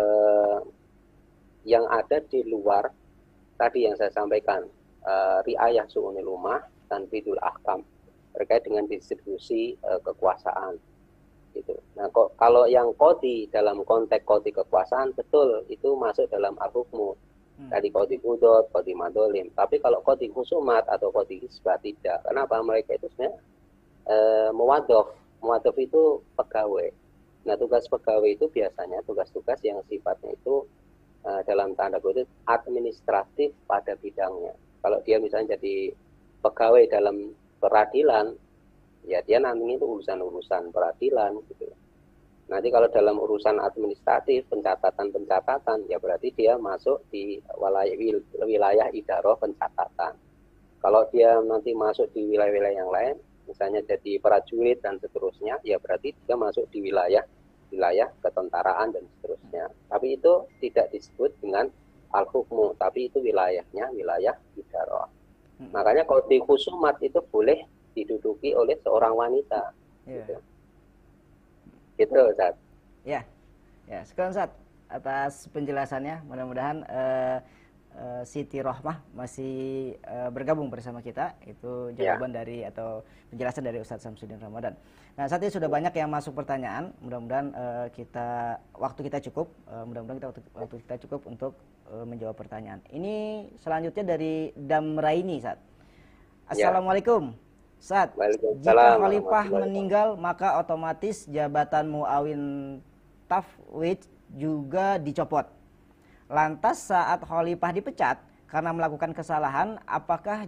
ada di luar tadi yang saya sampaikan, riayah su'unil ummah dan bidul ahkam, terkait dengan distribusi kekuasaan. Gitu. Nah, kalau yang qadhi dalam konteks qadhi kekuasaan, betul itu masuk dalam al-hukmu. Tadi qadhi qudot, qadhi madzolim. Tapi kalau qadhi khusumat atau qadhi hisbah tidak. Kenapa? Mereka itu sebenarnya muwadhof itu pegawai. Nah, tugas pegawai itu biasanya tugas-tugas yang sifatnya itu dalam tanda kutip administratif pada bidangnya. Kalau dia misalnya jadi pegawai dalam peradilan, ya dia nanti itu urusan-urusan peradilan gitu. Nanti kalau dalam urusan administratif, pencatatan, ya berarti dia masuk di wilayah idaroh pencatatan. Kalau dia nanti masuk di wilayah-wilayah yang lain, misalnya jadi prajurit dan seterusnya, ya berarti dia masuk di wilayah ketentaraan dan seterusnya. Tapi itu tidak disebut dengan al-hukmu, tapi itu wilayahnya wilayah idaroh. Makanya qadhi khusumat itu boleh diduduki oleh seorang wanita. Gitu. Gitu, Ustaz. Ya, sekarang Ustaz, atas penjelasannya, mudah-mudahan Siti Rohmah masih bergabung bersama kita. Itu jawaban dari atau penjelasan dari Ustaz Samsudin Ramadan. Nah, saat ini sudah banyak yang masuk pertanyaan. Mudah-mudahan waktu kita cukup. Waktu kita cukup untuk menjawab pertanyaan. Ini selanjutnya dari Damraini, Ustaz. Assalamualaikum. Ustaz, jika khalifah meninggal maka otomatis jabatan muawin tafwid juga dicopot. Lantas saat khalifah dipecat karena melakukan kesalahan, apakah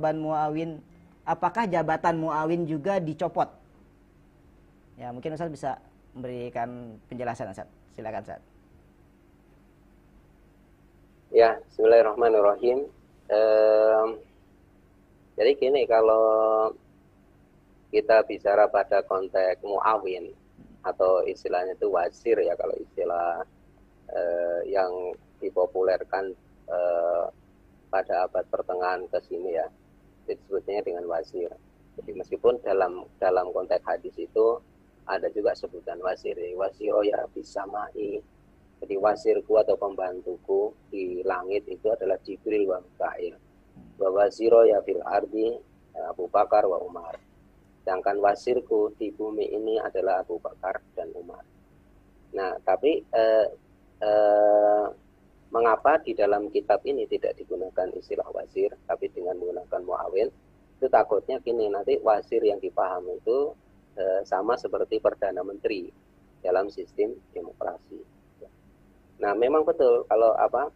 jabatan muawin juga dicopot? Ya, mungkin Ustaz bisa memberikan penjelasan, Ustaz. Silakan, Ustaz. Ya, bismillahirrahmanirrahim. Jadi gini, kalau kita bicara pada konteks muawin atau istilahnya itu wazir ya, kalau istilah yang dipopulerkan pada abad pertengahan ke sini ya, disebutnya dengan wazir. Jadi meskipun dalam konteks hadis itu ada juga sebutan wazir, waziro ya bisamai. Jadi wazirku atau pembantuku di langit itu adalah Jibril wa Mikail. Wa waziro ya fil ardi Abu Bakar wa Umar. Sedangkan wasirku di bumi ini adalah Abu Bakar dan Umar. Nah, tapi mengapa di dalam kitab ini tidak digunakan istilah wasir, tapi dengan menggunakan muawin? Itu takutnya gini, nanti wasir yang dipahami itu sama seperti Perdana Menteri dalam sistem demokrasi. Nah, memang betul kalau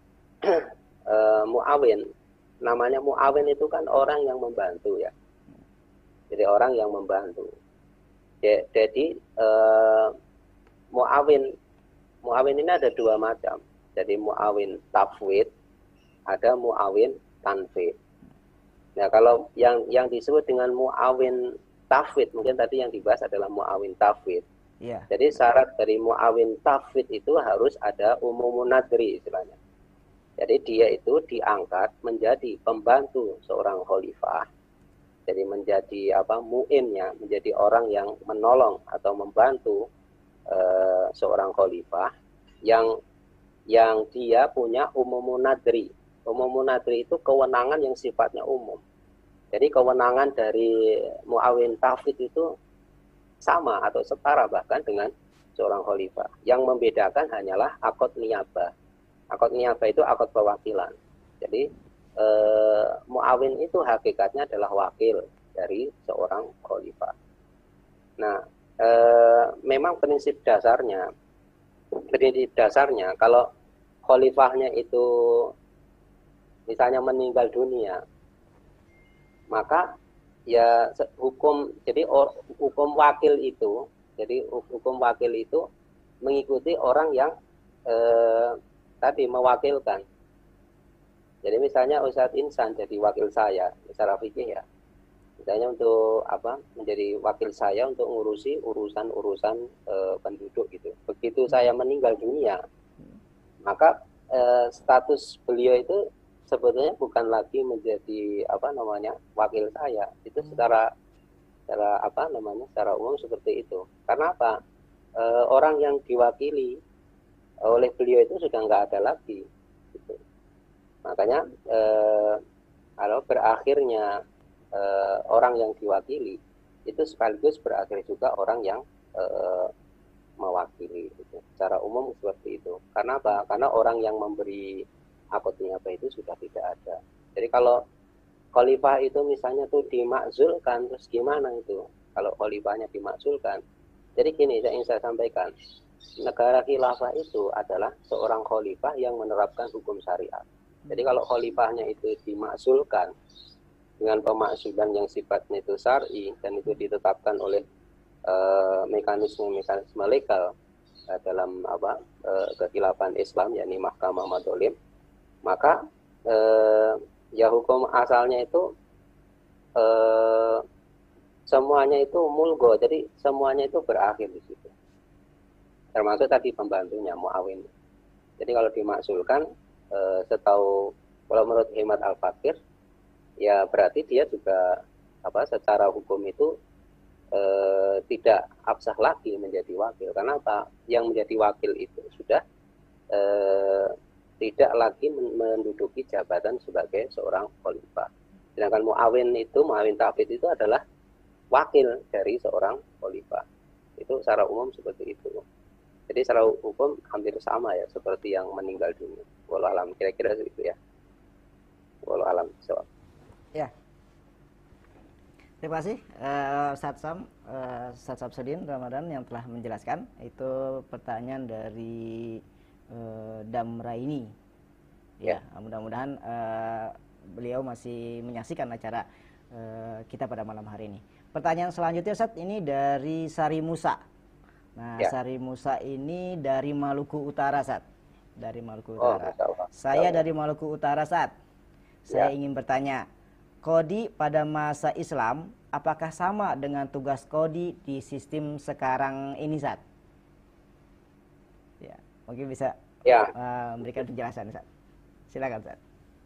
muawin, namanya muawin itu kan orang yang membantu ya. Jadi orang yang membantu. Jadi muawin ini ada dua macam. Jadi muawin tafwid, ada muawin tanfid. Nah, kalau yang disebut dengan muawin tafwid, mungkin tadi yang dibahas adalah muawin tafwid. Yeah. Jadi syarat dari muawin tafwid itu harus ada umumun nadri istilahnya. Jadi dia itu diangkat menjadi pembantu seorang khalifah. Jadi menjadi mu'innya, menjadi orang yang menolong atau membantu seorang khalifah yang dia punya umumun nadri. Umumun nadri itu kewenangan yang sifatnya umum. Jadi kewenangan dari muawin tafwid itu sama atau setara bahkan dengan seorang khalifah. Yang membedakan hanyalah akad niyabah. Akad niyabah itu akad perwakilan. Jadi muawin itu hakikatnya adalah wakil dari seorang khalifah. Nah, memang prinsip dasarnya kalau khalifahnya itu misalnya meninggal dunia, maka ya hukum wakil itu, jadi hukum wakil itu mengikuti orang yang tadi mewakilkan. Jadi misalnya Ustadz Insan jadi wakil saya secara fikih ya. Misalnya untuk menjadi wakil saya untuk ngurusi urusan penduduk gitu. Begitu saya meninggal dunia, maka status beliau itu sebetulnya bukan lagi menjadi wakil saya. Itu secara umum seperti itu. Karena apa? Orang yang diwakili oleh beliau itu sudah nggak ada lagi. Gitu. Makanya kalau berakhirnya orang yang diwakili itu sekaligus berakhir juga orang yang mewakili. Gitu. Secara umum seperti itu. Karena apa? Karena orang yang memberi akad niyabah itu sudah tidak ada. Jadi kalau khalifah itu misalnya tuh dimakzulkan, terus gimana itu? Kalau khalifahnya dimakzulkan, jadi gini yang ingin saya sampaikan. Negara khilafah itu adalah seorang khalifah yang menerapkan hukum syariat. Jadi kalau khalifahnya itu dimakzulkan dengan pemakzulan yang sifatnya itu syar'i dan itu ditetapkan oleh mekanisme legal dalam kekhilafan Islam, yakni Mahkamah Madzalim, maka ya hukum asalnya itu semuanya itu mulgo, jadi semuanya itu berakhir di situ. Termasuk tadi pembantunya muawin. Jadi kalau dimakzulkan setahu kalau menurut Hemat Al-Fakir ya berarti dia juga secara hukum itu tidak absah lagi menjadi wakil. Karena apa? Yang menjadi wakil itu sudah tidak lagi menduduki jabatan sebagai seorang khalifah. Sedangkan muawin tafwid itu adalah wakil dari seorang khalifah. Itu secara umum seperti itu. Jadi secara hukum hampir sama ya seperti yang meninggal dunia. Wallahu alam, kira-kira itu ya. Wallahu alam. So. Ya. Terima kasih Ustadz Samsudin Ramadan yang telah menjelaskan. Itu pertanyaan dari Damraini. Ya, mudah-mudahan beliau masih menyaksikan acara kita pada malam hari ini. Pertanyaan selanjutnya Ustadz ini dari Sari Musa. Nah, Sari Musa ini dari Maluku Utara, Ustadz. Dari Maluku Utara. Saya dari Maluku Utara, Ustadz. Saya ingin bertanya, Qadhi pada masa Islam apakah sama dengan tugas Qadhi di sistem sekarang ini, Ustadz? Ya, mungkin bisa memberikan penjelasan, Ustadz. Silakan, Ustadz.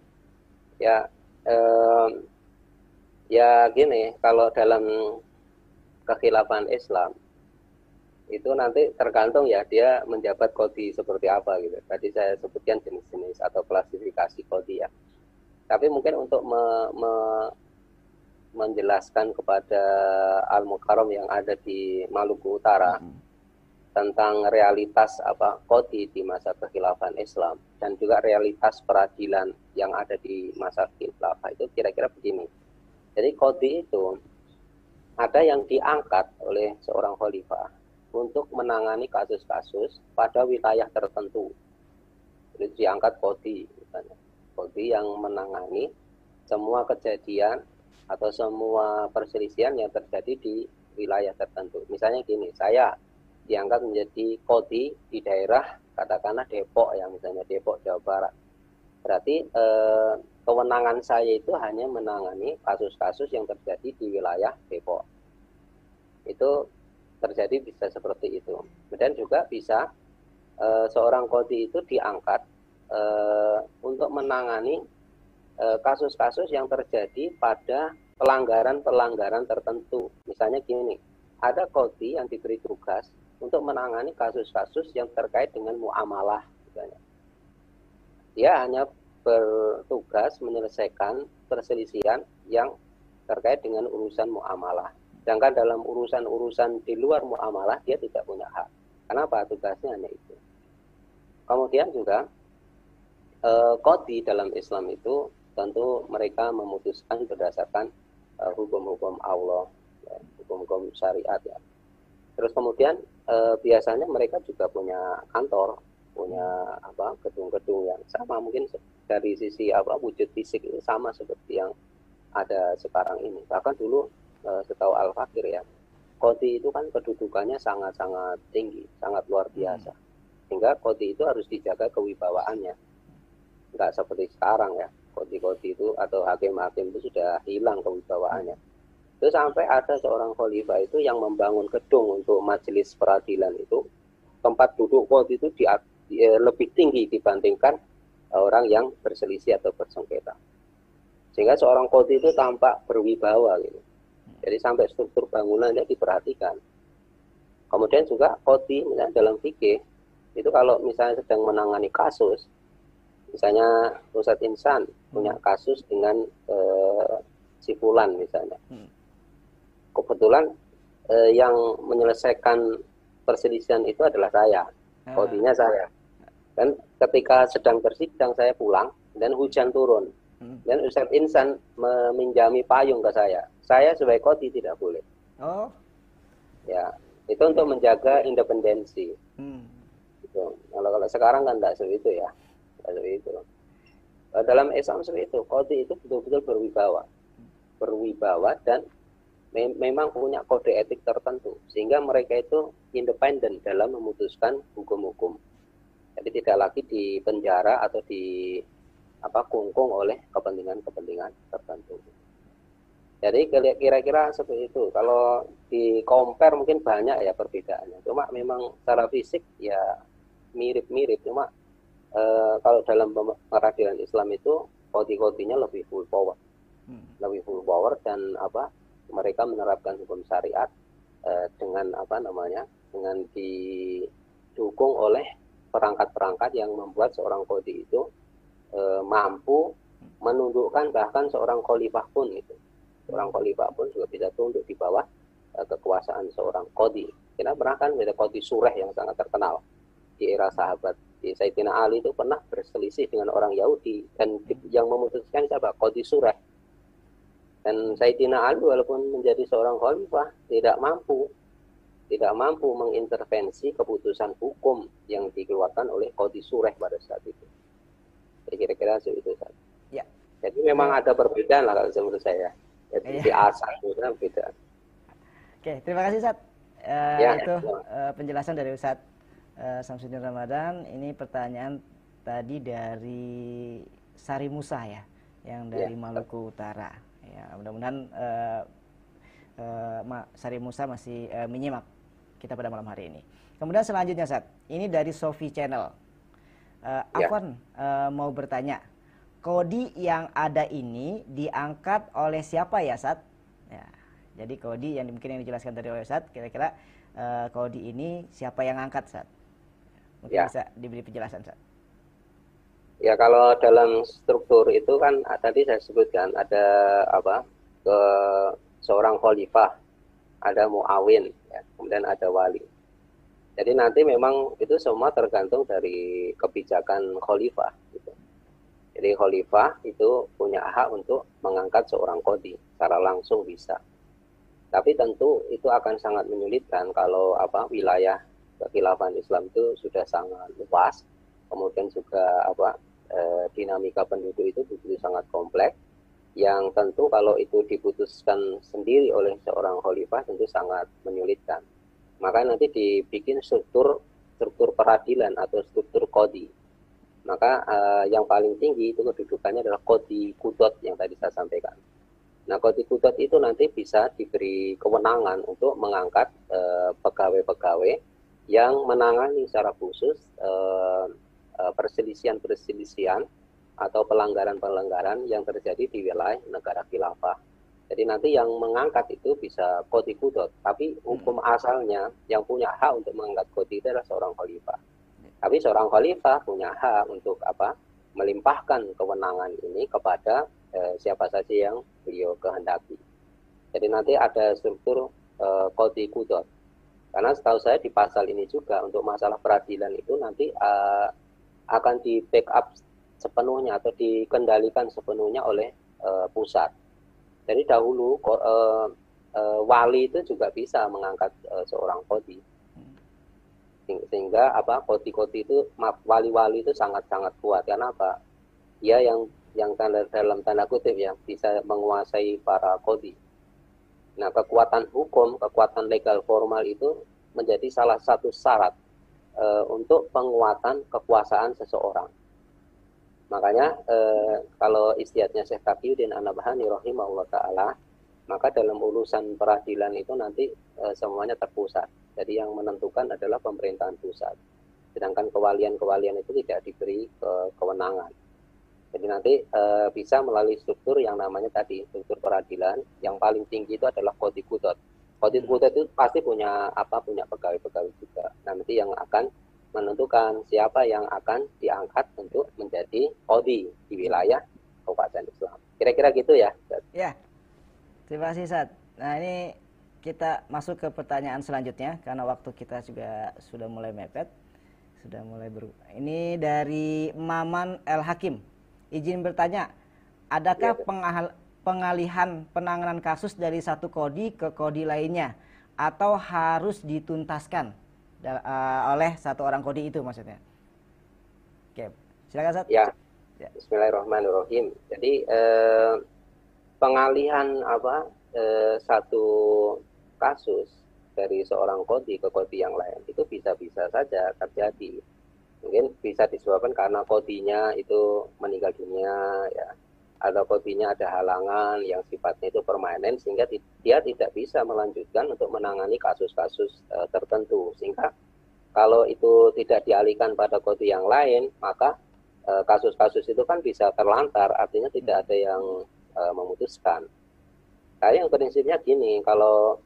Ya gini, kalau dalam kekhilafan Islam itu nanti tergantung ya dia menjabat qadhi seperti apa gitu. Tadi saya sebutkan jenis-jenis atau klasifikasi qadhi ya. Tapi mungkin untuk menjelaskan kepada Al-Mukarram yang ada di Maluku Utara tentang realitas qadhi di masa kekhilafan Islam dan juga realitas peradilan yang ada di masa khilafah itu kira-kira begini. Jadi qadhi itu ada yang diangkat oleh seorang khalifah untuk menangani kasus-kasus pada wilayah tertentu. Jadi diangkat qadhi misalnya. Qadhi yang menangani semua kejadian atau semua perselisihan yang terjadi di wilayah tertentu. Misalnya gini, saya diangkat menjadi qadhi di daerah katakanlah Depok ya, misalnya Depok Jawa Barat. Berarti kewenangan saya itu hanya menangani kasus-kasus yang terjadi di wilayah Depok. Itu terjadi bisa seperti itu. Dan juga bisa seorang qadhi itu diangkat untuk menangani kasus-kasus yang terjadi pada pelanggaran-pelanggaran tertentu. Misalnya gini, ada qadhi yang diberi tugas untuk menangani kasus-kasus yang terkait dengan muamalah. Misalnya. Dia hanya bertugas menyelesaikan perselisihan yang terkait dengan urusan muamalah. Sedangkan dalam urusan-urusan di luar muamalah, dia tidak punya hak. Kenapa? Tugasnya hanya itu. Kemudian juga, qadhi dalam Islam itu tentu mereka memutuskan berdasarkan hukum-hukum Allah, ya, hukum-hukum syariat ya. Terus kemudian biasanya mereka juga punya kantor, punya gedung-gedung yang sama, mungkin dari sisi wujud fisik ini sama seperti yang ada sekarang ini. Bahkan dulu setahu Al-Fakir ya, qadhi itu kan kedudukannya sangat-sangat tinggi, sangat luar biasa. Sehingga qadhi itu harus dijaga kewibawaannya. Enggak seperti sekarang ya. Qadhi-qadhi itu atau hakim-hakim itu sudah hilang kewibawaannya. Itu sampai ada seorang khalifah itu yang membangun gedung untuk majelis peradilan itu, tempat duduk qadhi itu lebih tinggi dibandingkan orang yang berselisih atau bersengketa. Sehingga seorang qadhi itu tampak berwibawa gitu. Jadi sampai struktur bangunannya diperhatikan. Kemudian juga qadhi misalnya dalam fikih itu kalau misalnya sedang menangani kasus, misalnya Ustadz Insan punya kasus dengan si Fulan misalnya. Kebetulan yang menyelesaikan perselisihan itu adalah saya, qadhinya saya. Dan ketika sedang bersidang saya pulang dan hujan turun. Dan Ustadz Insan meminjami payung ke saya. Saya sebagai qadhi tidak boleh. Oh. Ya, itu untuk menjaga independensi. Gitu. Kalau sekarang kan tidak seperti itu ya. Itu. Dalam Islam seperti itu, qadhi itu betul-betul berwibawa dan memang punya kode etik tertentu sehingga mereka itu independen dalam memutuskan hukum-hukum. Jadi tidak lagi di penjara atau di kungkung oleh kepentingan-kepentingan tertentu. Jadi kira-kira seperti itu. Kalau di compare mungkin banyak ya perbedaannya. Cuma memang secara fisik ya mirip-mirip. Cuma kalau dalam peradilan Islam itu qadhi-qadhinya lebih full power. Lebih full power dan mereka menerapkan hukum syariat dengan dengan didukung oleh perangkat-perangkat yang membuat seorang qadhi itu mampu menundukkan bahkan seorang khalifah pun itu. Seorang khalifah pun juga bisa tunduk di bawah kekuasaan seorang qadhi. Kita pernah kan ada qadhi Sureh yang sangat terkenal di era sahabat. Di Sayyidina Ali itu pernah berselisih dengan orang Yahudi dan yang memutuskan siapa? Qadhi Sureh. Dan Sayyidina Ali walaupun menjadi seorang khalifah tidak mampu mengintervensi keputusan hukum yang dikeluarkan oleh Qadhi Sureh pada saat itu. Jadi kira-kira itu saja. Ya. Jadi memang ada perbedaan lah kalau menurut saya. Jadi di asal itu beda. Oke, terima kasih Ustadz. Itu penjelasan dari Ustadz Samsudin Ramadan. Ini pertanyaan tadi dari Sari Musa ya, yang dari Maluku Utara. Ya, mudah-mudahan Sari Musa masih menyimak kita pada malam hari ini. Kemudian selanjutnya Ustadz, ini dari Sofi Channel. Afwan mau bertanya, qadhi yang ada ini diangkat oleh siapa ya Ustadz? Ya, jadi qadhi yang mungkin yang dijelaskan tadi oleh Ustadz, kira-kira qadhi ini siapa yang angkat Ustadz? Mungkin bisa diberi penjelasan Ustadz. Ya kalau dalam struktur itu kan tadi saya sebutkan ada ke seorang khalifah, ada muawin, ya, kemudian ada wali. Jadi nanti memang itu semua tergantung dari kebijakan khalifah. Gitu. Jadi khalifah itu punya hak untuk mengangkat seorang qadhi secara langsung bisa. Tapi tentu itu akan sangat menyulitkan kalau wilayah kekhilafan Islam itu sudah sangat luas. Kemudian juga dinamika penduduk itu begitu sangat kompleks, yang tentu kalau itu diputuskan sendiri oleh seorang khalifah tentu sangat menyulitkan. Maka nanti dibikin struktur peradilan atau struktur qadhi. Maka yang paling tinggi itu kedudukannya adalah qadhi qudot yang tadi saya sampaikan. Nah, qadhi qudot itu nanti bisa diberi kewenangan untuk mengangkat pegawai-pegawai yang menangani secara khusus perselisihan-perselisihan atau pelanggaran-pelanggaran yang terjadi di wilayah negara khilafah. Jadi nanti yang mengangkat itu bisa qadhi qudot, tapi hukum asalnya yang punya hak untuk mengangkat qadhi itu adalah seorang khalifah. Tapi seorang khalifah punya hak untuk melimpahkan kewenangan ini kepada siapa saja yang beliau kehendaki. Jadi nanti ada struktur qadhi qudot. Karena setahu saya di pasal ini juga untuk masalah peradilan itu nanti akan di backup sepenuhnya atau dikendalikan sepenuhnya oleh pusat. Jadi dahulu wali itu juga bisa mengangkat seorang qadhi. Sehingga qadhi-qadhi itu, wali-wali itu sangat-sangat kuat. Karena apa? Dia yang dalam tanda kutip ya bisa menguasai para qadhi. Nah, kekuatan hukum, kekuatan legal formal itu menjadi salah satu syarat untuk penguatan kekuasaan seseorang. Makanya kalau istiadatnya Syekh Taqiyuddin An-Nabhani rahimahullah ta'ala, maka dalam urusan peradilan itu nanti semuanya terpusat. Jadi yang menentukan adalah pemerintahan pusat. Sedangkan kewalian-kewalian itu tidak diberi kewenangan. Jadi nanti bisa melalui struktur yang namanya tadi, struktur peradilan, yang paling tinggi itu adalah qadhi qudot. Qadhi qudot itu pasti punya pegawai-pegawai juga. Nah, nanti yang akan menentukan siapa yang akan diangkat untuk menjadi qadhi di wilayah Kabupaten Islam. Kira-kira gitu ya. Ya, terima kasih Ustaz. Nah, ini kita masuk ke pertanyaan selanjutnya karena waktu kita juga sudah mulai mepet, Ini dari Maman El Hakim. Izin bertanya, adakah pengalihan penanganan kasus dari satu qadhi ke qadhi lainnya atau harus dituntaskan oleh satu orang qadhi itu maksudnya? Oke, silakan Ustaz. Ya. Bismillahirrahmanirrahim. Jadi pengalihan satu kasus dari seorang qadhi ke qadhi yang lain itu bisa-bisa saja terjadi. Mungkin bisa disebabkan karena qadhinya itu meninggal dunia, ya, atau qadhinya ada halangan yang sifatnya itu permanen sehingga dia tidak bisa melanjutkan untuk menangani kasus-kasus tertentu. Sehingga kalau itu tidak dialihkan pada qadhi yang lain, maka kasus-kasus itu kan bisa terlantar, artinya tidak ada yang memutuskan. Nah, yang prinsipnya gini, kalau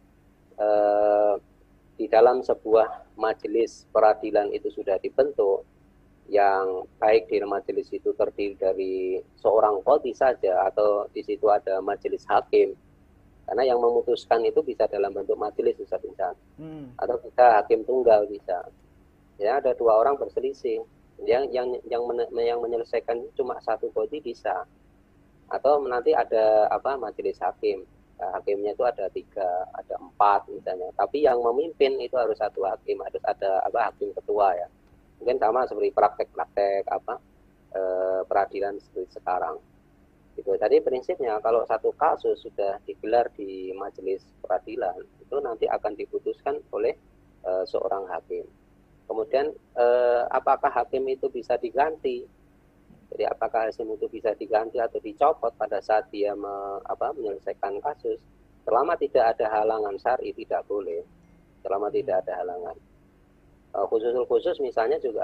di dalam sebuah majelis peradilan itu sudah dibentuk, yang baik di majelis itu terdiri dari seorang qadhi saja atau di situ ada majelis hakim, karena yang memutuskan itu bisa dalam bentuk majelis Ustaz Insan, atau bisa hakim tunggal bisa. Ya, ada dua orang berselisih, yang menyelesaikan cuma satu qadhi bisa, atau nanti ada majelis hakim. Nah, hakimnya itu ada 3, ada 4 misalnya. Tapi yang memimpin itu harus satu hakim, harus ada hakim ketua ya. Mungkin sama seperti praktek-praktek peradilan seperti sekarang. Gitu. Jadi prinsipnya kalau satu kasus sudah digelar di majelis peradilan itu nanti akan diputuskan oleh seorang hakim. Kemudian apakah hakim itu bisa diganti? Jadi apakah hakim itu bisa diganti atau dicopot pada saat dia menyelesaikan kasus? Selama tidak ada halangan syar'i tidak boleh. Selama tidak ada halangan. Khusus misalnya juga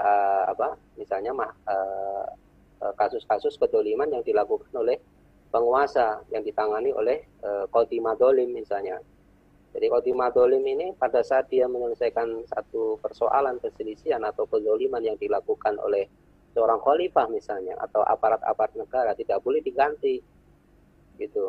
kasus-kasus kedoliman yang dilakukan oleh penguasa yang ditangani oleh qadhi madzalim misalnya. Jadi qadhi madzalim ini pada saat dia menyelesaikan satu persoalan perselisihan atau kedoliman yang dilakukan oleh seorang khalifah misalnya atau aparat-aparat negara tidak boleh diganti gitu.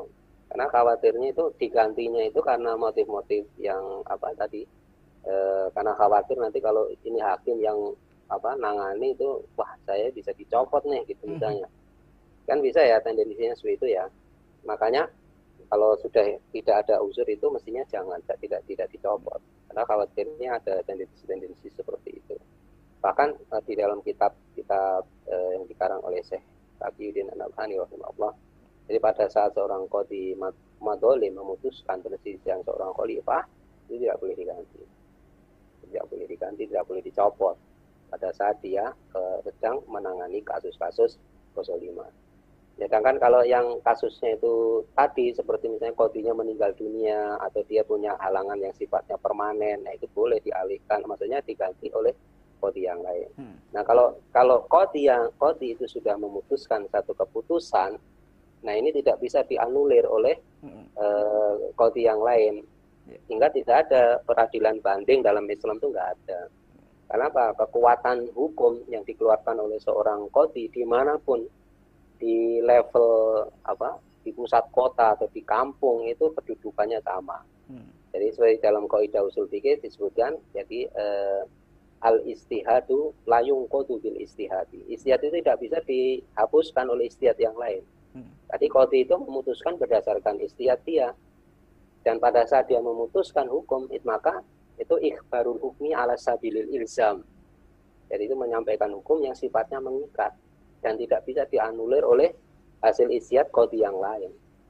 Karena khawatirnya itu digantinya itu karena motif-motif yang apa tadi, karena khawatir nanti kalau ini hakim yang apa nangani itu, wah saya bisa dicopot nih gitu misalnya. Kan bisa ya tendensinya seperti itu ya. Makanya kalau sudah tidak ada unsur itu mestinya jangan tidak dicopot. Karena khawatirnya ada tendensi-tendensi seperti itu. Bahkan di dalam kitab yang dikarang oleh Syekh Taqiyuddin An-Nabhani rahimahullah, jadi pada saat seorang qadhi madzalim memutuskan perselisihan seorang khalifah, itu tidak boleh diganti. Tidak boleh diganti, tidak boleh dicopot pada saat dia sedang menangani kasus-kasus kezaliman. Sedangkan kalau yang kasusnya itu tadi seperti misalnya qadhinya meninggal dunia atau dia punya halangan yang sifatnya permanen, nah itu boleh dialihkan, maksudnya diganti oleh qadhi yang lain. Nah kalau qadhi itu sudah memutuskan satu keputusan, nah ini tidak bisa dianulir oleh qadhi yang lain, sehingga tidak ada peradilan banding dalam Islam itu nggak ada. Karena apa? Kekuatan hukum yang dikeluarkan oleh seorang qadhi dimanapun, di level apa, di pusat kota atau di kampung itu kedudukannya sama. Jadi seperti dalam kaidah usul fikih disebutkan, jadi al istihadu la yunqadu bil istihadi. Istihad itu tidak bisa dihapuskan oleh istihad yang lain. Tadi qadhi itu memutuskan berdasarkan istihad dia, dan pada saat dia memutuskan hukum maka itu ikhbarul hukmi ala sabilil ilzam. Jadi itu menyampaikan hukum yang sifatnya mengikat dan tidak bisa dianulir oleh hasil istihad qadhi yang lain.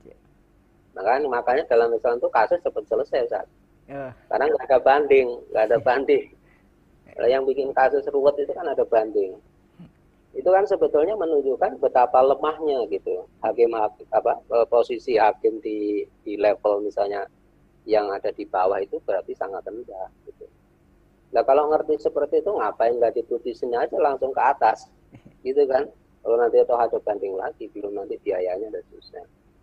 Makanya dalam Islam itu kasus cepat selesai, Ustaz. Karena nggak ada banding. Yang bikin kasus ruwet itu kan ada banding. Itu kan sebetulnya menunjukkan betapa lemahnya gitu posisi hakim di level misalnya yang ada di bawah itu berarti sangat rendah gitu. Nah kalau ngerti seperti itu ngapain nggak diputusin aja langsung ke atas gitu kan? Kalau nanti atau ada banding lagi, belum nanti biayanya dan seterusnya.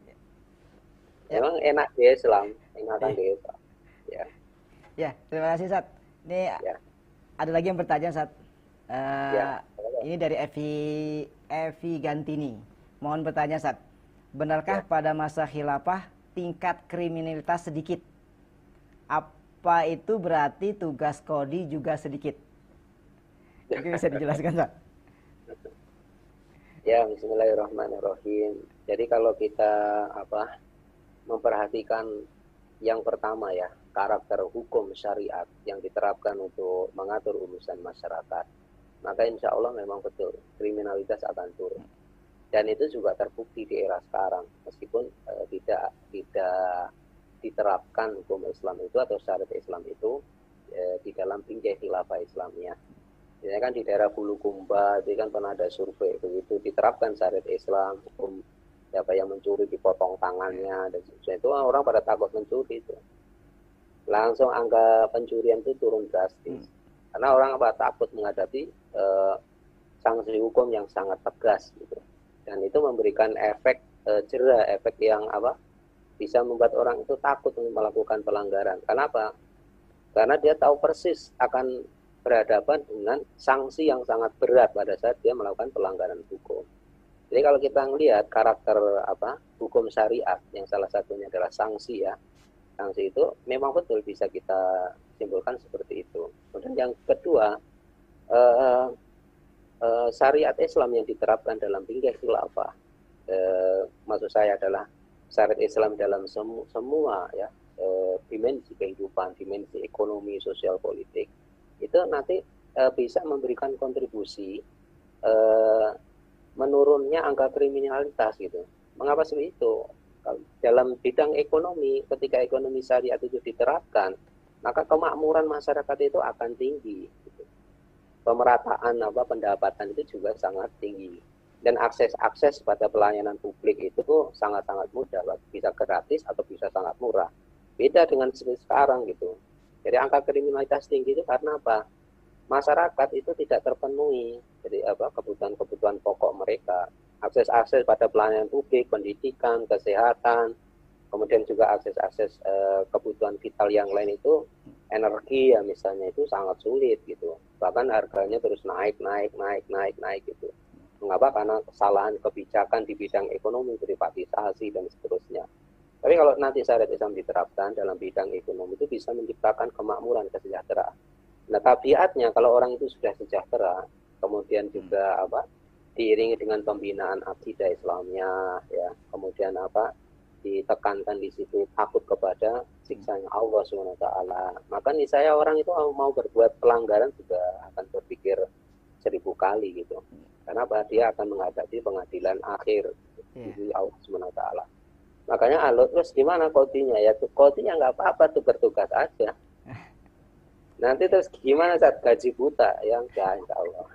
Emang enak di Islam, enakan di Islam. Ya. Ya, terima kasih Sat. Ini ada lagi yang bertanya Sat. Ini dari Evi Gantini. Mohon bertanya Sat. Benarkah pada masa khilafah tingkat kriminalitas sedikit? Apa itu berarti tugas qadhi juga sedikit? Mungkin bisa dijelaskan Sat? Ya, bismillahirrahmanirrahim. Jadi kalau kita memperhatikan yang pertama ya, karakter hukum syariat yang diterapkan untuk mengatur urusan masyarakat, maka insya Allah memang betul kriminalitas akan turun. Dan itu juga terbukti di era sekarang, meskipun tidak diterapkan hukum Islam itu atau syariat Islam itu di dalam bingkai khilafah Islamiyah. Ini kan di daerah Bulukumba, itu kan pernah ada survei begitu diterapkan syariat Islam, hukum siapa yang mencuri dipotong tangannya dan sebagainya, itu orang pada takut mencuri itu. Langsung angka pencurian itu turun drastis. Karena orang takut menghadapi sanksi hukum yang sangat tegas gitu. Dan itu memberikan efek jera, efek yang bisa membuat orang itu takut untuk melakukan pelanggaran. Kenapa? Karena dia tahu persis akan berhadapan dengan sanksi yang sangat berat pada saat dia melakukan pelanggaran hukum. Jadi kalau kita melihat karakter hukum syariat yang salah satunya adalah sanksi ya. Sanksi itu memang betul bisa kita simpulkan seperti itu. Kemudian yang kedua, syariat Islam yang diterapkan dalam bingkai khilafah, maksud saya adalah syariat Islam dalam semua ya dimensi kehidupan, dimensi ekonomi, sosial, politik, itu nanti bisa memberikan kontribusi menurunnya angka kriminalitas gitu. Mengapa seperti itu? Dalam bidang ekonomi, ketika ekonomi syariat itu diterapkan, maka kemakmuran masyarakat itu akan tinggi. Gitu. Pemerataan pendapatan itu juga sangat tinggi. Dan akses pada pelayanan publik itu sangat-sangat mudah, bisa gratis atau bisa sangat murah. Beda dengan sekarang gitu. Jadi angka kriminalitas tinggi itu karena apa? Masyarakat itu tidak terpenuhi. Jadi kebutuhan-kebutuhan pokok mereka. Akses pada pelayanan publik, pendidikan, kesehatan, kemudian juga akses kebutuhan vital yang lain itu, energi ya misalnya itu sangat sulit gitu. Bahkan harganya terus naik gitu. Mengapa? Karena kesalahan kebijakan di bidang ekonomi, privatisasi dan seterusnya. Tapi kalau nanti syariat Islam diterapkan dalam bidang ekonomi itu bisa menciptakan kemakmuran, kesejahteraan. Nah, tabiatnya kalau orang itu sudah sejahtera, kemudian juga diiringi dengan pembinaan akidah Islamnya, ya, kemudian ditekankan di situ takut kepada siksanya Allah SWT, maka nih saya orang itu mau berbuat pelanggaran juga akan berpikir 1000 kali gitu. Karena dia akan menghadapi pengadilan akhir di Allah SWT. Makanya terus gimana kodinya? Ya kodinya nggak apa-apa, tuh bertugas aja. Nanti terus gimana saat gaji buta? Ya enggak, insya Allah.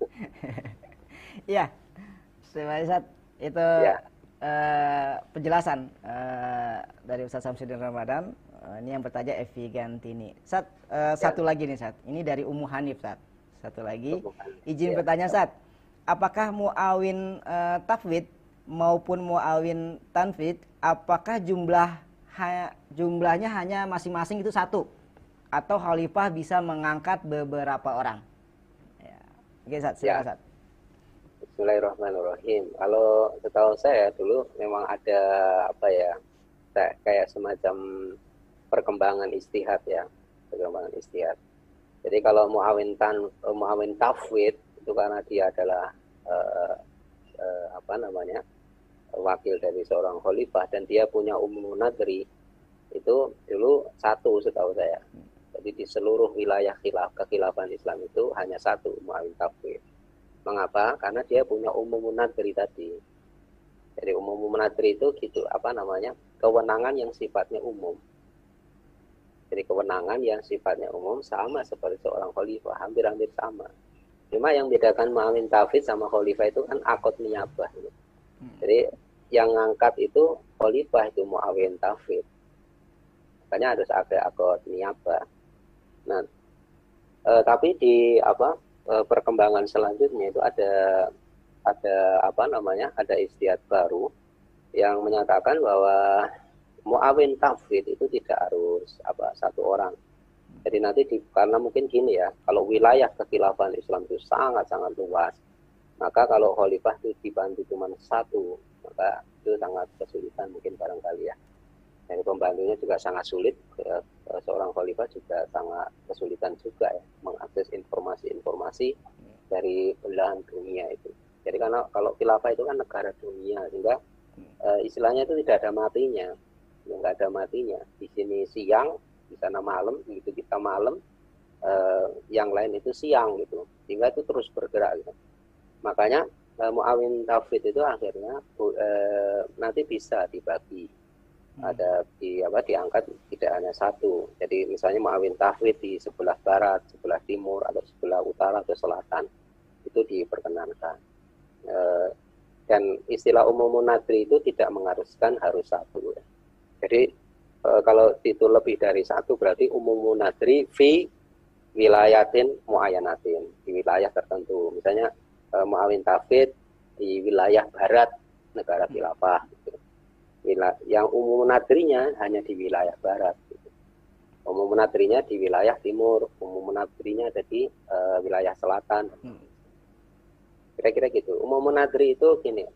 Iya, Ustaz, itu penjelasan dari Ustaz Samsudin Ramadan. Ini yang bertanya Evi Gantini. Ustaz, satu lagi nih Ustaz. Ini dari Ummu Hanif Ustaz. Satu lagi. Izin bertanya Ustaz. Apakah muawin tafwid maupun muawin tanfid, apakah jumlahnya hanya masing-masing itu satu, atau khalifah bisa mengangkat beberapa orang? Ya. Oke, Ustaz, silakan Ustaz. Bismillahirrahmanirrahim. Kalau setahu saya dulu memang ada kayak semacam perkembangan istihad ya, perkembangan istihad. Jadi kalau muawin tafwid itu karena dia adalah wakil dari seorang khalifah dan dia punya umum nadri, itu dulu satu setahu saya. Jadi di seluruh wilayah kekhilafan Islam itu hanya satu muawin tafwid. Mengapa? Karena dia punya umum nadri tadi. Jadi umum nadri itu gitu, kewenangan yang sifatnya umum. Jadi kewenangan yang sifatnya umum sama seperti seorang khalifah, hampir-hampir sama. Cuma yang bedakan muawin tafwid sama khalifah itu kan akad niyabah. Jadi yang ngangkat itu khalifah, itu muawin tafwid. Makanya harus ada akad niyabah. Nah, tapi di perkembangan selanjutnya itu ada istihad baru yang menyatakan bahwa muawin tafwid itu tidak harus satu orang. Jadi nanti karena mungkin gini ya, kalau wilayah kekhilafan Islam itu sangat-sangat luas, maka kalau khalifah itu dibantu cuma satu, maka itu sangat kesulitan mungkin barangkali ya. Dan pembantunya juga sangat sulit, seorang khalifah juga sangat kesulitan juga ya mengakses informasi-informasi dari belahan dunia itu. Jadi karena kalau khilafah itu kan negara dunia, sehingga istilahnya itu tidak ada matinya, nggak ada matinya. Di sini siang, di sana malam, gitu kita malam, yang lain itu siang gitu, sehingga itu terus bergerak gitu. Makanya muawin tafwid itu akhirnya nanti bisa dibagi, diangkat tidak hanya satu. Jadi misalnya muawin tafwid di sebelah barat, sebelah timur, atau sebelah utara atau selatan itu diperkenankan. Dan istilah umum nadri itu tidak mengharuskan harus satu ya. Jadi kalau itu lebih dari satu berarti umum nadri fi wilayatin muayyanatin, di wilayah tertentu. Misalnya muawin tafwid di wilayah barat negara khilafah gitu. Yang umum nadrinya hanya di wilayah barat gitu. Umum nadrinya di wilayah timur, umum nadrinya ada di wilayah selatan. Kira-kira gitu. Umum nadri itu gini,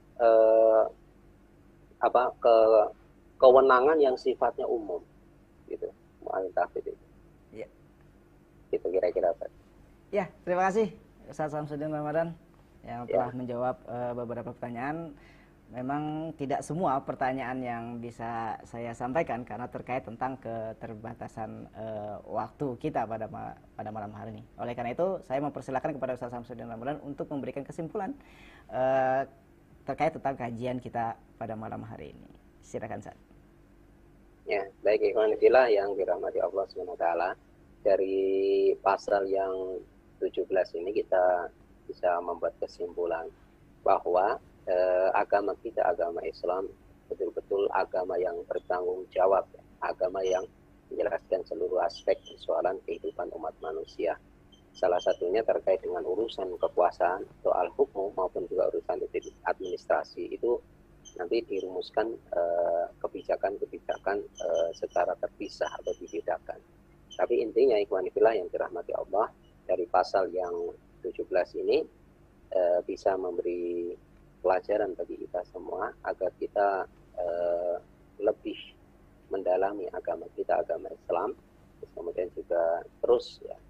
kewenangan yang sifatnya umum gitu. Muawin tafwid itu. Iya. Gitu kira-kira Pak. Ya, terima kasih Ustaz Samsudin Ramadan yang telah menjawab beberapa pertanyaan. Memang tidak semua pertanyaan yang bisa saya sampaikan karena terkait tentang keterbatasan waktu kita pada malam hari ini. Oleh karena itu, saya mempersilakan kepada Ustaz Samsudin Ramadan untuk memberikan kesimpulan terkait tentang kajian kita pada malam hari ini. Silakan Ustaz. Ya, baik ikhwan fillah yang dirahmati Allah SWT. Dari pasal yang 17 ini kita bisa membuat kesimpulan bahwa agama kita, agama Islam, betul-betul agama yang bertanggung jawab, agama yang menjelaskan seluruh aspek persoalan kehidupan umat manusia. Salah satunya terkait dengan urusan kekuasaan, soal hukum maupun juga urusan administrasi itu nanti dirumuskan kebijakan-kebijakan secara terpisah atau dibedakan. Tapi intinya ikhwan fillah yang dirahmati Allah, dari pasal yang 17 ini bisa memberi pelajaran bagi kita semua agar kita lebih mendalami agama kita, agama Islam, kemudian juga terus ya,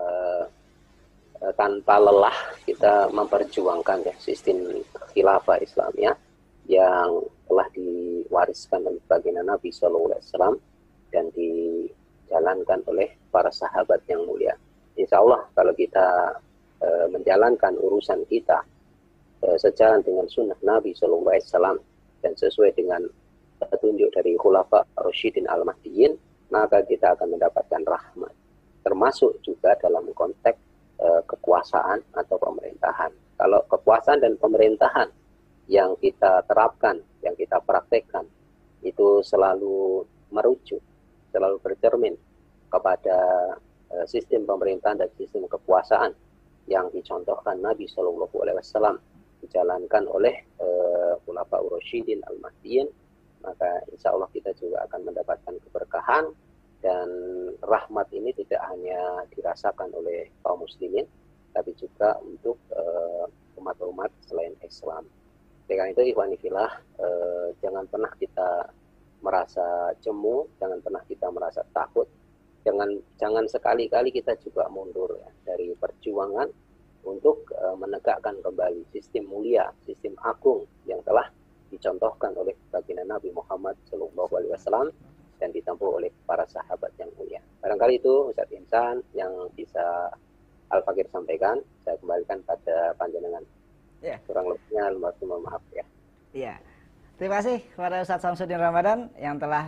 tanpa lelah kita memperjuangkan ya sistem khilafah Islamiyah yang telah diwariskan oleh baginda Nabi SAW dan dijalankan oleh para sahabat yang mulia. Insya Allah kalau kita menjalankan urusan kita sejalan dengan sunnah Nabi SAW dan sesuai dengan petunjuk dari Khulafa Rasyidin Al-Mahdiyyin, maka kita akan mendapatkan rahmat. Termasuk juga dalam konteks kekuasaan atau pemerintahan. Kalau kekuasaan dan pemerintahan yang kita terapkan, yang kita praktekkan, itu selalu merujuk, selalu bercermin kepada sistem pemerintahan dan sistem kekuasaan yang dicontohkan Nabi SAW, dijalankan oleh Khulafa Rasyidin Al-Mahdiyyin, maka insya Allah kita juga akan mendapatkan keberkahan. Dan rahmat ini tidak hanya dirasakan oleh kaum muslimin, tapi juga untuk umat-umat selain Islam. Dengan itu, ikhwani fillah, jangan pernah kita merasa jemu, jangan pernah kita merasa takut, jangan sekali-kali kita juga mundur ya, dari perjuangan untuk menegakkan kembali sistem mulia, sistem agung yang telah dicontohkan oleh baginda Nabi Muhammad SAW dan ditempuh oleh para sahabat yang mulia. Barangkali itu Ustaz Insan yang bisa Al-Fakir sampaikan. Saya kembalikan pada panjenengan. Ya. Kurang lebihnya mohon maaf ya. Iya. Terima kasih kepada Ustaz Samsudin Ramadan yang telah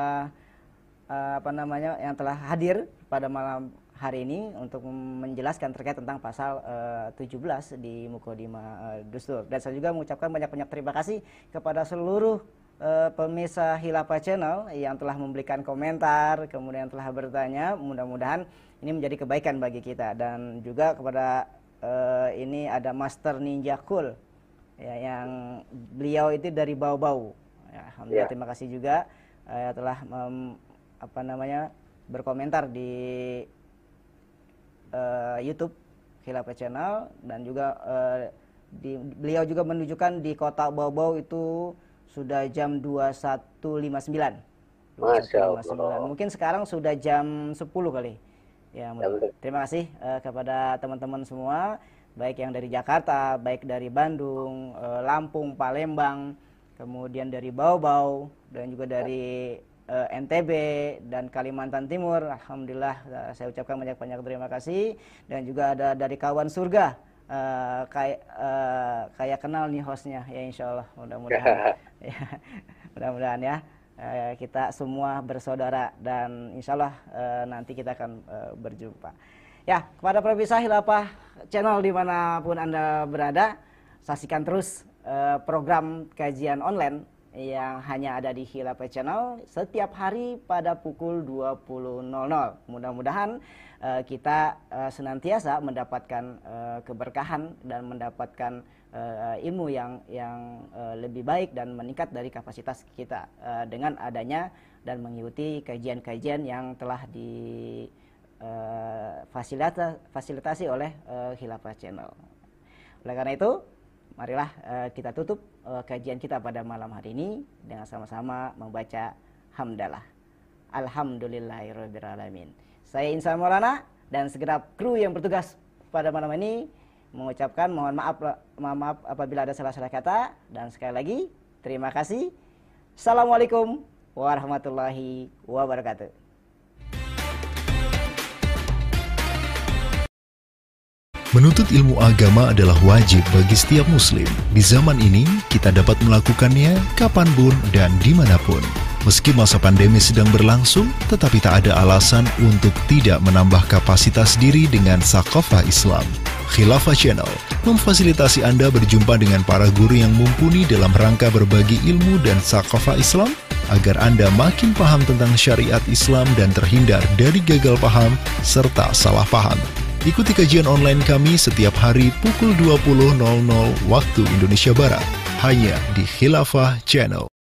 yang telah hadir pada malam hari ini untuk menjelaskan terkait tentang pasal 17 di Muqaddimah Dustur. Dan saya juga mengucapkan banyak-banyak terima kasih kepada seluruh pemirsa Khilafah Channel yang telah memberikan komentar, kemudian telah bertanya. Mudah-mudahan ini menjadi kebaikan bagi kita. Dan juga kepada ini ada Master Ninja Cool ya, yang beliau itu dari Bau-Bau ya, alhamdulillah. Terima kasih juga telah berkomentar di YouTube Khilafah Channel. Dan juga beliau juga menunjukkan di kota Bau-Bau itu sudah jam 21.59. Masya Allah. Mungkin sekarang sudah jam 10 kali. Ya, terima kasih kepada teman-teman semua, baik yang dari Jakarta, baik dari Bandung, Lampung, Palembang, kemudian dari Bau-Bau, dan juga dari NTB dan Kalimantan Timur. Alhamdulillah, saya ucapkan banyak-banyak terima kasih. Dan juga ada dari kawan surga. Kayak kenal nih hostnya ya, insya Allah. Mudah-mudahan ya, mudah-mudahan ya kita semua bersaudara, dan insya Allah nanti kita akan berjumpa ya. Kepada pemirsa Khilafah Channel dimanapun Anda berada, saksikan terus program kajian online yang hanya ada di Khilafah Channel setiap hari pada pukul 20.00. Mudah-mudahan kita senantiasa mendapatkan keberkahan dan mendapatkan ilmu yang lebih baik dan meningkat dari kapasitas kita dengan adanya dan mengikuti kajian-kajian yang telah difasilitasi oleh Khilafah Channel. Oleh karena itu, marilah kita tutup kajian kita pada malam hari ini dengan sama-sama membaca hamdalah. Alhamdulillahirrabbilalamin. Saya Insan Maulana dan segenap kru yang bertugas pada malam ini mengucapkan mohon maaf apabila ada salah-salah kata, dan sekali lagi terima kasih. Assalamualaikum warahmatullahi wabarakatuh. Menuntut ilmu agama adalah wajib bagi setiap muslim. Di zaman ini, kita dapat melakukannya kapanpun dan dimanapun. Meski masa pandemi sedang berlangsung, tetapi tak ada alasan untuk tidak menambah kapasitas diri dengan Saqafah Islam. Khilafah Channel memfasilitasi Anda berjumpa dengan para guru yang mumpuni dalam rangka berbagi ilmu dan Saqafah Islam, agar Anda makin paham tentang syariat Islam dan terhindar dari gagal paham serta salah paham. Ikuti kajian online kami setiap hari pukul 20.00 waktu Indonesia Barat, hanya di Khilafah Channel.